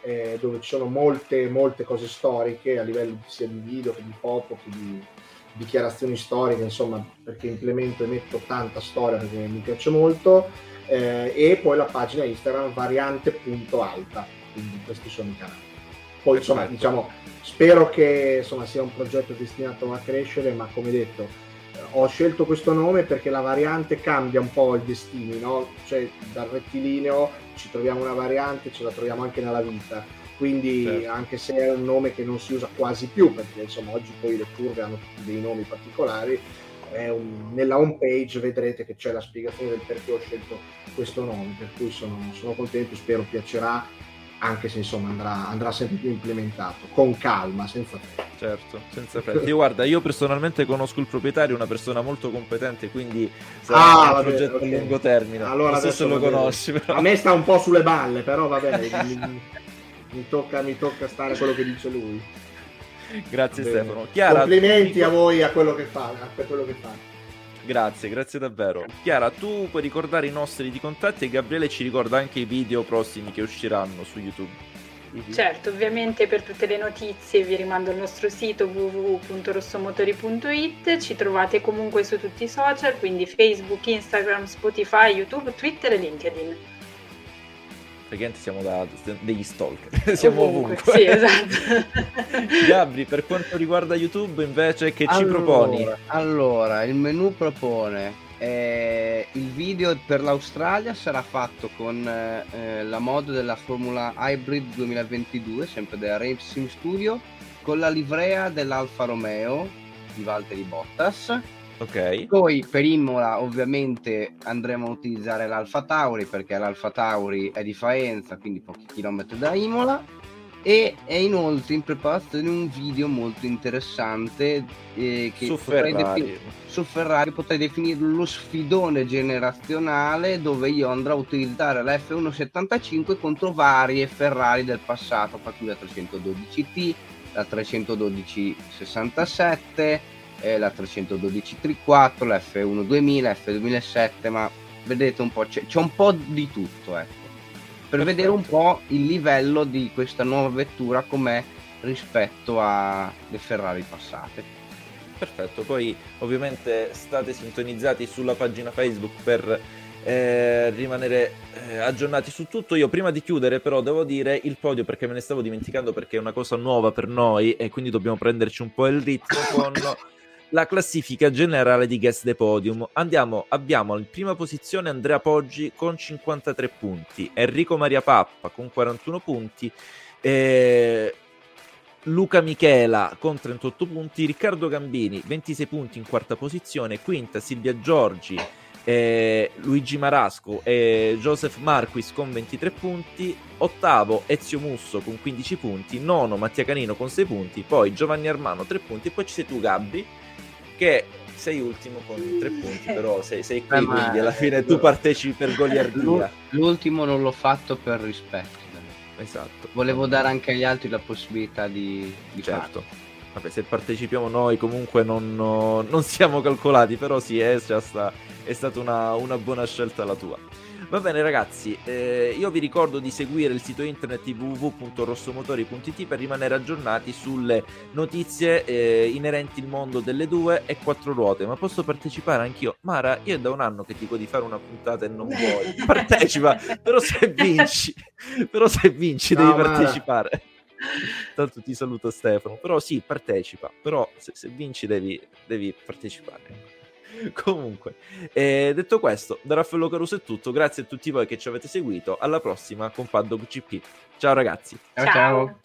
eh, dove ci sono molte, molte cose storiche a livello sia di video che di foto che di dichiarazioni storiche, insomma, perché implemento e metto tanta storia perché mi piace molto, eh, e poi la pagina Instagram variante.alta, quindi questi sono i canali. Poi insomma, diciamo, spero che insomma sia un progetto destinato a crescere, ma come detto, eh, ho scelto questo nome perché la variante cambia un po' i destini, no? Cioè dal rettilineo ci troviamo una variante, ce la troviamo anche nella vita, quindi certo. Anche se è un nome che non si usa quasi più, perché insomma oggi poi le curve hanno tutti dei nomi particolari, è un, nella home page vedrete che c'è la spiegazione del perché ho scelto questo nome, per cui sono, sono contento, spero piacerà, anche se insomma andrà, andrà sempre più implementato, con calma, senza fretta. Certo, senza fretta. Io guarda, io personalmente conosco il proprietario, una persona molto competente, quindi sarà ah, un vabbè, progetto okay. a lungo termine. Allora non so se lo conosci, però. A me sta un po' sulle balle, però vabbè, mi, mi, tocca, mi tocca stare a quello che dice lui. Grazie Stefano. Chiara, complimenti dico... a voi a quello che fa, a quello che fa. Grazie, grazie davvero. Chiara, tu puoi ricordare i nostri di contatti e Gabriele ci ricorda anche i video prossimi che usciranno su YouTube. Certo, ovviamente per tutte le notizie vi rimando al nostro sito w w w punto rossomotori punto i t, ci trovate comunque su tutti i social, quindi Facebook, Instagram, Spotify, YouTube, Twitter e LinkedIn. Praticamente siamo da, degli stalker, siamo ovunque. ovunque. Sì, esatto. Gabri, per quanto riguarda YouTube invece che allora, ci proponi? Allora, il menu propone eh, il video per l'Australia sarà fatto con eh, la mod della Formula Hybrid duemilaventidue, sempre della Racing Studio, con la livrea dell'Alfa Romeo di Valtteri Bottas. Ok. Poi per Imola ovviamente andremo a utilizzare l'Alfa Tauri, perché l'Alfa Tauri è di Faenza, quindi pochi chilometri da Imola, e è inoltre in preparazione un video molto interessante eh, che su potrei Ferrari. Defin- su Ferrari potrei definirlo lo sfidone generazionale, dove io andrò a utilizzare la F uno settantacinque contro varie Ferrari del passato, fra cui la trecentododici T, la trecentododici sessantasette, la trecentododici Tri quattro, la F uno duemila, F duemilasette, ma vedete un po', c'è, c'è un po' di tutto, ecco, per Perfetto. Vedere un po' il livello di questa nuova vettura com'è rispetto alle Ferrari passate. Perfetto, poi ovviamente state sintonizzati sulla pagina Facebook per eh, rimanere eh, aggiornati su tutto. Io prima di chiudere però devo dire il podio, perché me ne stavo dimenticando, perché è una cosa nuova per noi e quindi dobbiamo prenderci un po' il ritmo con la classifica generale di Guess the Podium. Andiamo, abbiamo in prima posizione Andrea Poggi con cinquantatré punti, Enrico Maria Pappa con quarantuno punti, eh, Luca Michela con trentotto punti, Riccardo Gambini ventisei punti in quarta posizione, quinta Silvia Giorgi, eh, Luigi Marasco e Joseph Marquis con ventitré punti, ottavo Ezio Musso con quindici punti, nono Mattia Canino con sei punti, poi Giovanni Armano tre punti, e poi ci sei tu Gabri che sei ultimo con tre punti, però sei, sei qui, eh, quindi alla fine tu partecipi per goliardia. L'ultimo non l'ho fatto per rispetto. Esatto. Volevo dare anche agli altri la possibilità di, di certo. farlo. Vabbè, se partecipiamo noi comunque non, non siamo calcolati, però sì, è, già sta, è stata una, una buona scelta la tua. Va bene ragazzi, eh, io vi ricordo di seguire il sito internet w w w punto rossomotori punto i t per rimanere aggiornati sulle notizie eh, inerenti al mondo delle due e quattro ruote. Ma posso partecipare anch'io? Mara, io è da un anno che dico di fare una puntata e non vuoi. Partecipa, però se vinci, però se vinci devi no, partecipare. Mara. Tanto ti saluto Stefano, però sì, partecipa, però se, se vinci devi, devi partecipare. Comunque, eh, detto questo, da Raffaello Caruso è tutto. Grazie a tutti voi che ci avete seguito. Alla prossima con Paddock G P. Ciao ragazzi. Ciao. Ciao.